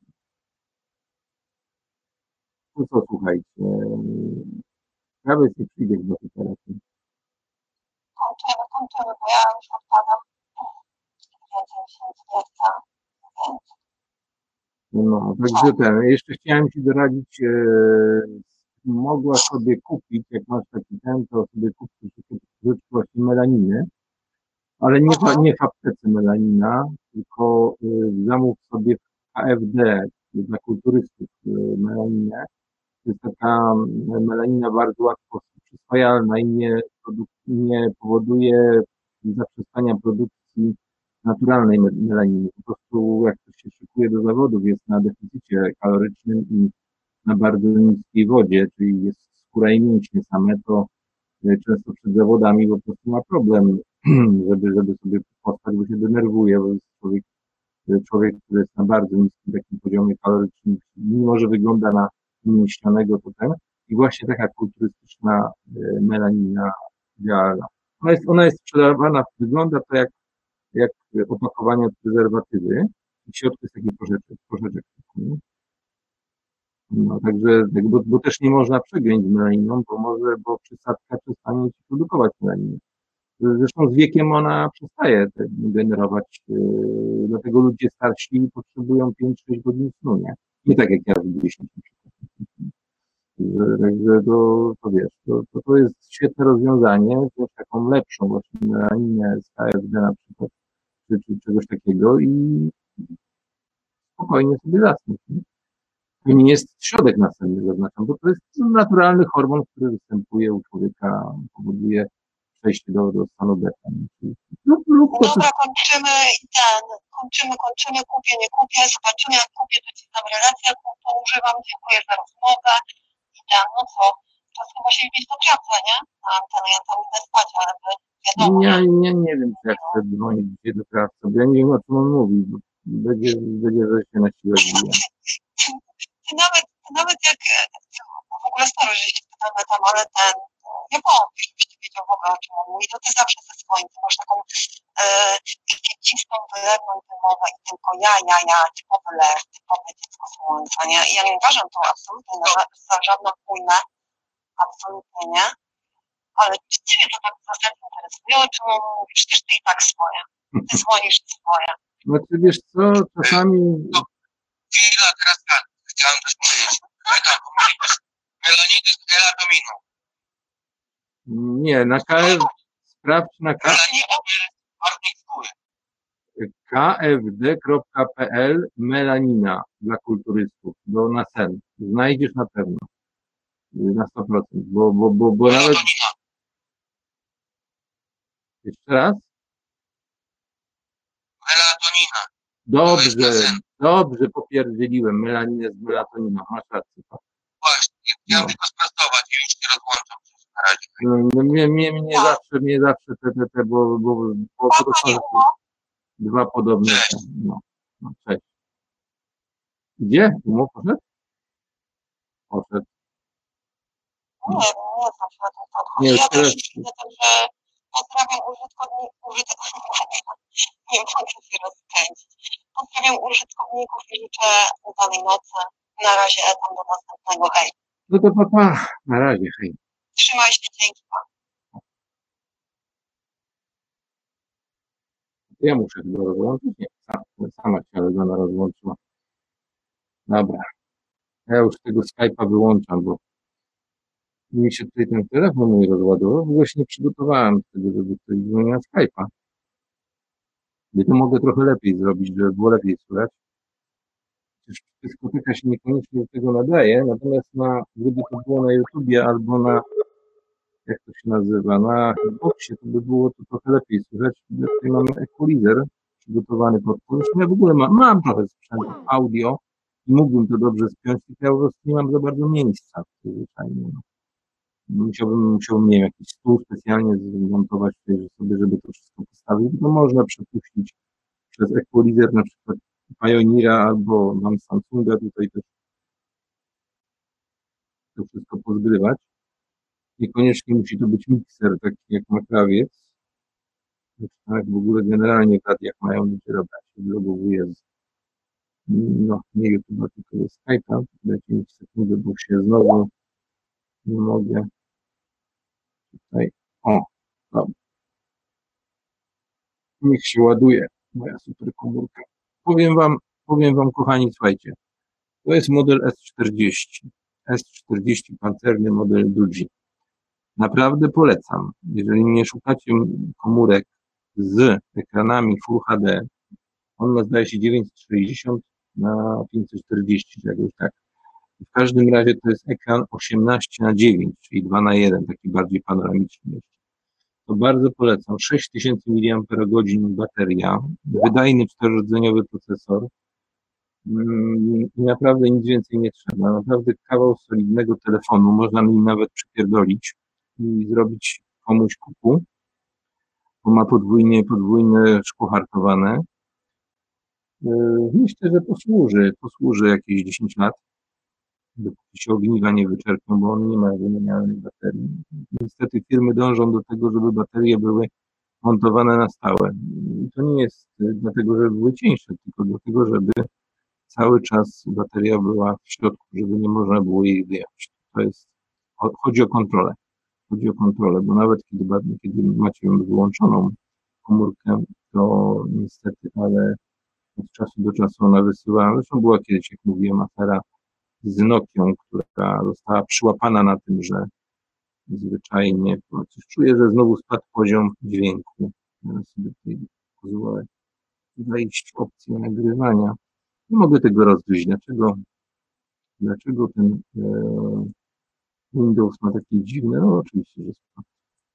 No co, słuchajcie, nawet nie przyjdzie do tej terapii. Kończymy, kończymy, bo ja już odpadam. Więcej mi się nie chce, więc No, także ten, jeszcze chciałem Ci doradzić, e, mogła sobie kupić, jak masz taki ten, to sobie kupić rzecz właśnie melaniny, ale nie, w- nie w aptece melanina, tylko e, zamów sobie w K F D, dla kulturystów e, melaninę. To jest taka mm, melanina bardzo łatwo przyswajalna i nie, produk- nie powoduje zaprzestania produkcji naturalnej me- melaniny. Po prostu jak ktoś się szykuje do zawodów, jest na deficycie kalorycznym i na bardzo niskiej wodzie, czyli jest skóra i mięśnie same, to e, często przed zawodami po prostu ma problem, żeby, żeby sobie postać, bo się denerwuje, bo jest człowiek, człowiek, który jest na bardzo niskim takim poziomie kalorycznym, mimo że wygląda na mięśnionego, to ten. I właśnie taka kulturystyczna e, melanina idealna. Ona jest, ona jest sprzedawana, wygląda to jak, jak opakowanie od prezerwatywy. W środku jest taki proszeczek, proszeczek. No, także, tak, bo, bo też nie można przegiąć z melaniną, bo może, bo przysadka przestanie ci produkować melaninę. Zresztą z wiekiem ona przestaje te- generować, yy, dlatego ludzie starsi potrzebują pięć sześć godzin snu, nie? Nie tak jak ja w dziesięć. Także także to, to wiesz, to, to, to jest świetne rozwiązanie, wziąć taką lepszą właśnie melaninę z K F D na przykład, czy, czy czegoś takiego i spokojnie sobie zasnąć, nie? To nie jest środek nasenny, zaznaczam, bo to jest naturalny hormon, który występuje u człowieka, powoduje przejście do, do stanu beta. Lub, lub to, dobra, kończymy i ten, kończymy, kończymy, kupię, nie kupię, zobaczymy, jak kupię, to ci tam relację, jaką to używam, dziękuję za rozmowę i ten, no co, czas chyba się iść do pracy, nie? Na antenę, ja tam idę spać, ale to wiadomo, ja nie, nie wiem, czy ja chcę dzwonić dzisiaj do krawca, bo ja nie wiem, o czym on mówi, bo będzie, będzie, że się na siłę bije. ty nawet, ty nawet jak, w ogóle stary, że się pytamy tam, ale ten, nie wątpię, żebyś ty wiedział w ogóle, o czym on mówi, to ty zawsze ze swoim, ty masz taką e, ciską, wylewną wymowę i tylko ja, ja, ja, typowy lew, typowe dziecko słońca, nie? I ja nie uważam to absolutnie na, za żadną pójmę, absolutnie nie, ale czy ciebie to tak zasadnie interesuje, o czym on mówi? Przecież ty i tak swoje, ty dzwonisz swoje. Znaczy, wiesz co, czasami... Chwila, teraz tak, chciałem coś powiedzieć. Meta, pomyliłeś. Melaniny z elatominą. Nie, na K F, sprawdź na K, Melanina to jest barwnik skóry. K F D kropka P L melanina dla kulturystów, do na sen. Znajdziesz na pewno. Na sto procent, bo, bo, bo, bo nawet... Melatonina. Jeszcze raz? Melatonina. Dobrze, dobrze popierdzieliłem melaninę z melatoniną. Masz rację. Właśnie, chciałem No. tylko sprostować i już się rozłączam na razie. No, no, mnie, mnie, mnie zawsze, mnie zawsze te, te, te, bo, bo, bo, bo to są dwa podobne. Cześć. te, No, no, cześć. Gdzie? Umo poszedł? Poszedł. Nie, nie znam się na tym podchodzie. Nie, Ja teraz- też widzę także pozdrawiam użytkowników, użytkowników, nie mogę się rozkręcić. Pozdrawiam użytkowników i życzę udanej nocy. Na razie etam do następnego. Hej. No to papa, na razie, hej. Trzymaj się, dzięki. Pa. Ja muszę chyba rozłączyć. Nie, sama, sama się Alezona rozłączyła. Dobra. Ja już tego Skype'a wyłączam, bo mi się tutaj ten telefon mój rozładował. W ogóle się nie przygotowałem do tego, żeby ktoś dzwonił na Skype'a. Ja to mogę trochę lepiej zrobić, żeby było lepiej słychać. Przecież dyskoteka się niekoniecznie do tego nadaje, natomiast na, gdyby to było na YouTubie albo na, jak to się nazywa, na Hitboxie, to by było to trochę lepiej słychać. Ja tutaj mamy equalizer przygotowany pod to. Zresztą ja w ogóle mam, mam trochę sprzętu audio i mógłbym to dobrze spiąć, tylko ja po prostu nie mam za bardzo miejsca zwyczajnie. No. Musiałbym, musiałbym, nie wiem, jakiś stół specjalnie zmontować tutaj sobie, żeby to wszystko postawić. To można przepuścić przez equalizer, na przykład Pioneera albo mam Samsunga, tutaj też to wszystko pozgrywać. Niekoniecznie musi to być mikser, taki jak ma krawiec. Tak, w ogóle generalnie tak jak mają ludzie robić, vlogowuje z no, nie YouTube'a, tylko jest Skype'a. Dajcie mi sekundę, bo się znowu nie mogę. Tutaj, o, dobra. Niech się ładuje moja super komórka. Powiem wam, powiem wam, kochani, słuchajcie, to jest model S czterdzieści. S czterdzieści pancerny model Dulci. Naprawdę polecam. Jeżeli nie szukacie komórek z ekranami Full H D, on ma zdaje się dziewięćset sześćdziesiąt na pięćset czterdzieści, czy jakoś tak. W każdym razie to jest ekran osiemnaście na dziewięć, czyli dwa na jeden, taki bardziej panoramiczny. To bardzo polecam. sześć tysięcy miliampergodzin bateria, wydajny czterorodzeniowy procesor i naprawdę nic więcej nie trzeba. Naprawdę kawał solidnego telefonu, można nim nawet przypierdolić i zrobić komuś kuku, bo ma podwójnie, podwójne szkło hartowane. Myślę, że posłuży, posłuży jakieś dziesięć lat, dopóki się ogniwa nie wyczerpną, bo on nie ma wymienialnej baterii. Niestety firmy dążą do tego, żeby baterie były montowane na stałe. I to nie jest dlatego, żeby były cieńsze, tylko dlatego, żeby cały czas bateria była w środku, żeby nie można było jej wyjąć. To jest, chodzi o kontrolę. Chodzi o kontrolę, bo nawet kiedy, kiedy macie wyłączoną komórkę, to niestety, ale od czasu do czasu ona wysyła, zresztą była kiedyś, jak mówiłem, afera z Nokią, która została przyłapana na tym, że zwyczajnie, coś czuję, że znowu spadł poziom dźwięku. Ja sobie tutaj pozwolę wejść w opcję nagrywania. Nie mogę tego rozgryźć. Dlaczego, dlaczego ten e, Windows ma takie dziwne, no oczywiście, że spadł.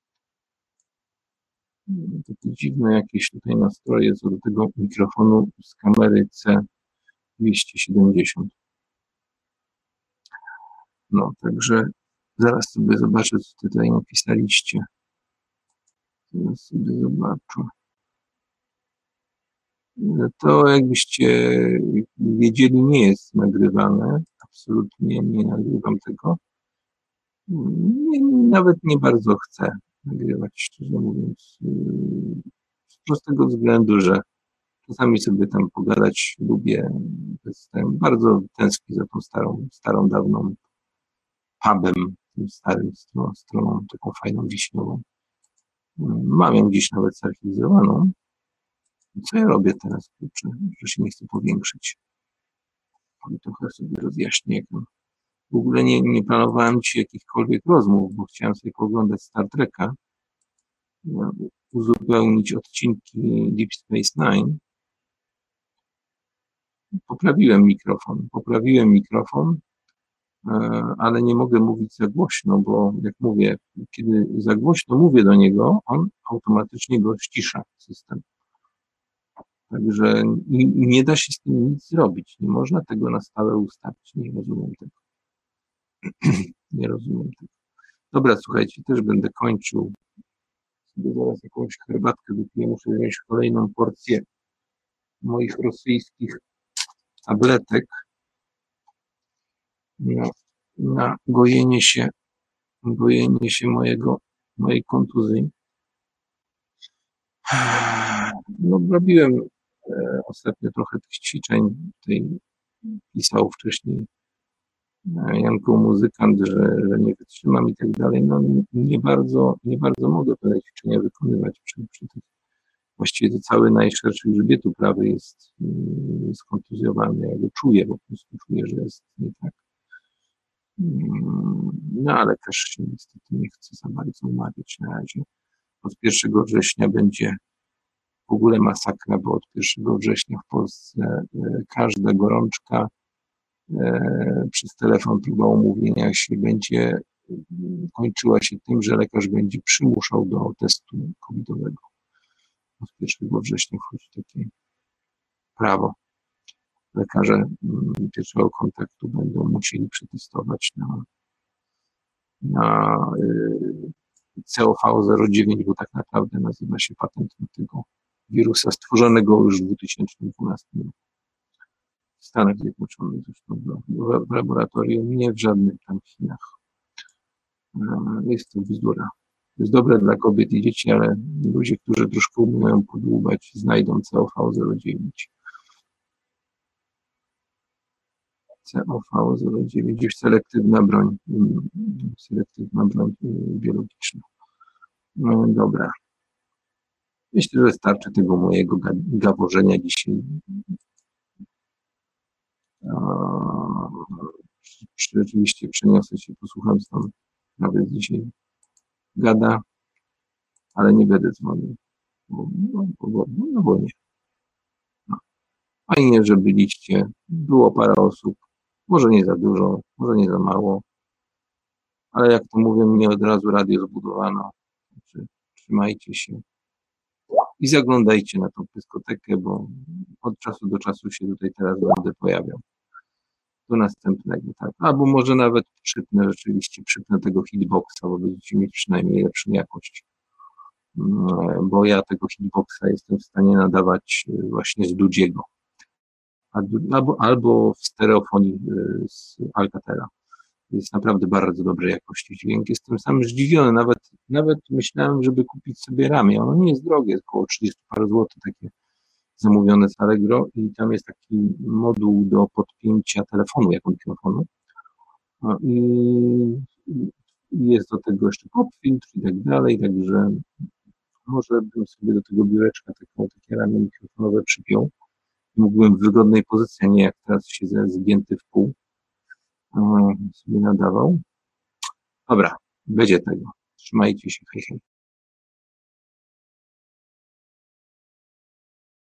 Takie dziwne jakieś tutaj nastroje co do tego mikrofonu z kamery C dwieście siedemdziesiąt. No, także zaraz sobie zobaczę, co tutaj napisaliście. Zaraz sobie zobaczę. To jakbyście wiedzieli, nie jest nagrywane. Absolutnie nie nagrywam tego. Nie, nawet nie bardzo chcę nagrywać, szczerze mówiąc. Z prostego względu, że czasami sobie tam pogadać lubię. Jestem bardzo tęsknię za tą starą, starą, dawną pubem, tym starym stroną, stroną taką fajną wiśniową. Mam ją gdzieś nawet zarchiwizowaną. Co ja robię teraz, kurczę, że się nie chcę powiększyć. Trochę sobie rozjaśnię. W ogóle nie, nie planowałem dzisiaj jakichkolwiek rozmów, bo chciałem sobie pooglądać Star Treka, uzupełnić odcinki Deep Space Nine. Poprawiłem mikrofon, poprawiłem mikrofon, ale nie mogę mówić za głośno, bo jak mówię, kiedy za głośno mówię do niego, on automatycznie go ścisza, system. Także nie, nie da się z tym nic zrobić. Nie można tego na stałe ustawić. Nie rozumiem tego. Nie rozumiem tego. Dobra, słuchajcie, też będę kończył. Sobie zaraz jakąś herbatkę wypiję. Muszę wziąć kolejną porcję moich rosyjskich tabletek na, na gojenie się, gojenie się mojego, mojej kontuzji. No, robiłem e, ostatnio trochę tych ćwiczeń. Tutaj pisał wcześniej Janko Muzykant, że, że nie wytrzymam i tak dalej. No nie bardzo, nie bardzo mogę te ćwiczenia wykonywać przy, przy tych. Właściwie to cały najszerszy grzbietu prawy jest yy, skontuzjowany. Ja go czuję, po prostu czuję, że jest nie tak. Yy, no ale też się niestety nie chcę za bardzo umawiać na razie. Od pierwszego września będzie w ogóle masakra, bo od pierwszego września w Polsce e, każda gorączka e, przez telefon, próba umówienia się będzie mm, kończyła się tym, że lekarz będzie przymuszał do testu covidowego. Od pierwszego września wchodzi takie prawo. Lekarze mm, pierwszego kontaktu będą musieli przetestować na, na y, C O V zero dziewięć, bo tak naprawdę nazywa się patent na tego wirusa stworzonego już w dwa tysiące dwunastym roku. W Stanach Zjednoczonych zresztą w, w laboratorium, nie w żadnych tam Chinach. E, Jest to bzdura. To jest dobre dla kobiet i dzieci, ale ludzie, którzy troszkę umieją podłubać, znajdą C O V zero dziewięć. C O V zero dziewięć, już selektywna broń, mm, selektywna broń y, biologiczna. No, dobra. Myślę, że starczy tego mojego ga- gaworzenia dzisiaj. A, czy rzeczywiście przeniosę się, posłucham stąd. Nawet dzisiaj gada, ale nie będę dzwonił. Bo, no, bo, no bo nie. No. Fajnie, że byliście. Było parę osób. Może nie za dużo, może nie za mało. Ale jak to mówię, mnie od razu radio zbudowano. Znaczy, trzymajcie się. I zaglądajcie na tą dyskotekę, bo od czasu do czasu się tutaj teraz będę pojawiał. Do następnego, tak. Albo może nawet przypnę rzeczywiście, przypnę tego hitboxa, bo będziecie mieć przynajmniej lepszą jakość. Mm, Bo ja tego hitboxa jestem w stanie nadawać y, właśnie z Dudziego. Albo, albo- albo w stereofonii y, z Alcatela. Jest naprawdę bardzo dobrej jakości dźwięk. Jestem sam zdziwiony, nawet, nawet myślałem, żeby kupić sobie ramię. Ono nie jest drogie, jest około trzydzieści parę złotych, takie zamówione z Allegro i tam jest taki moduł do podpięcia telefonu, jak mikrofonu. No i i jest do tego jeszcze popfiltr i tak dalej, także może bym sobie do tego biureczka taką, takie ramię mikrofonowe przypiął i mógłbym w wygodnej pozycji, a nie jak teraz siedzę zgięty w pół, a, sobie nadawał. Dobra, będzie tego. Trzymajcie się, hej, hej.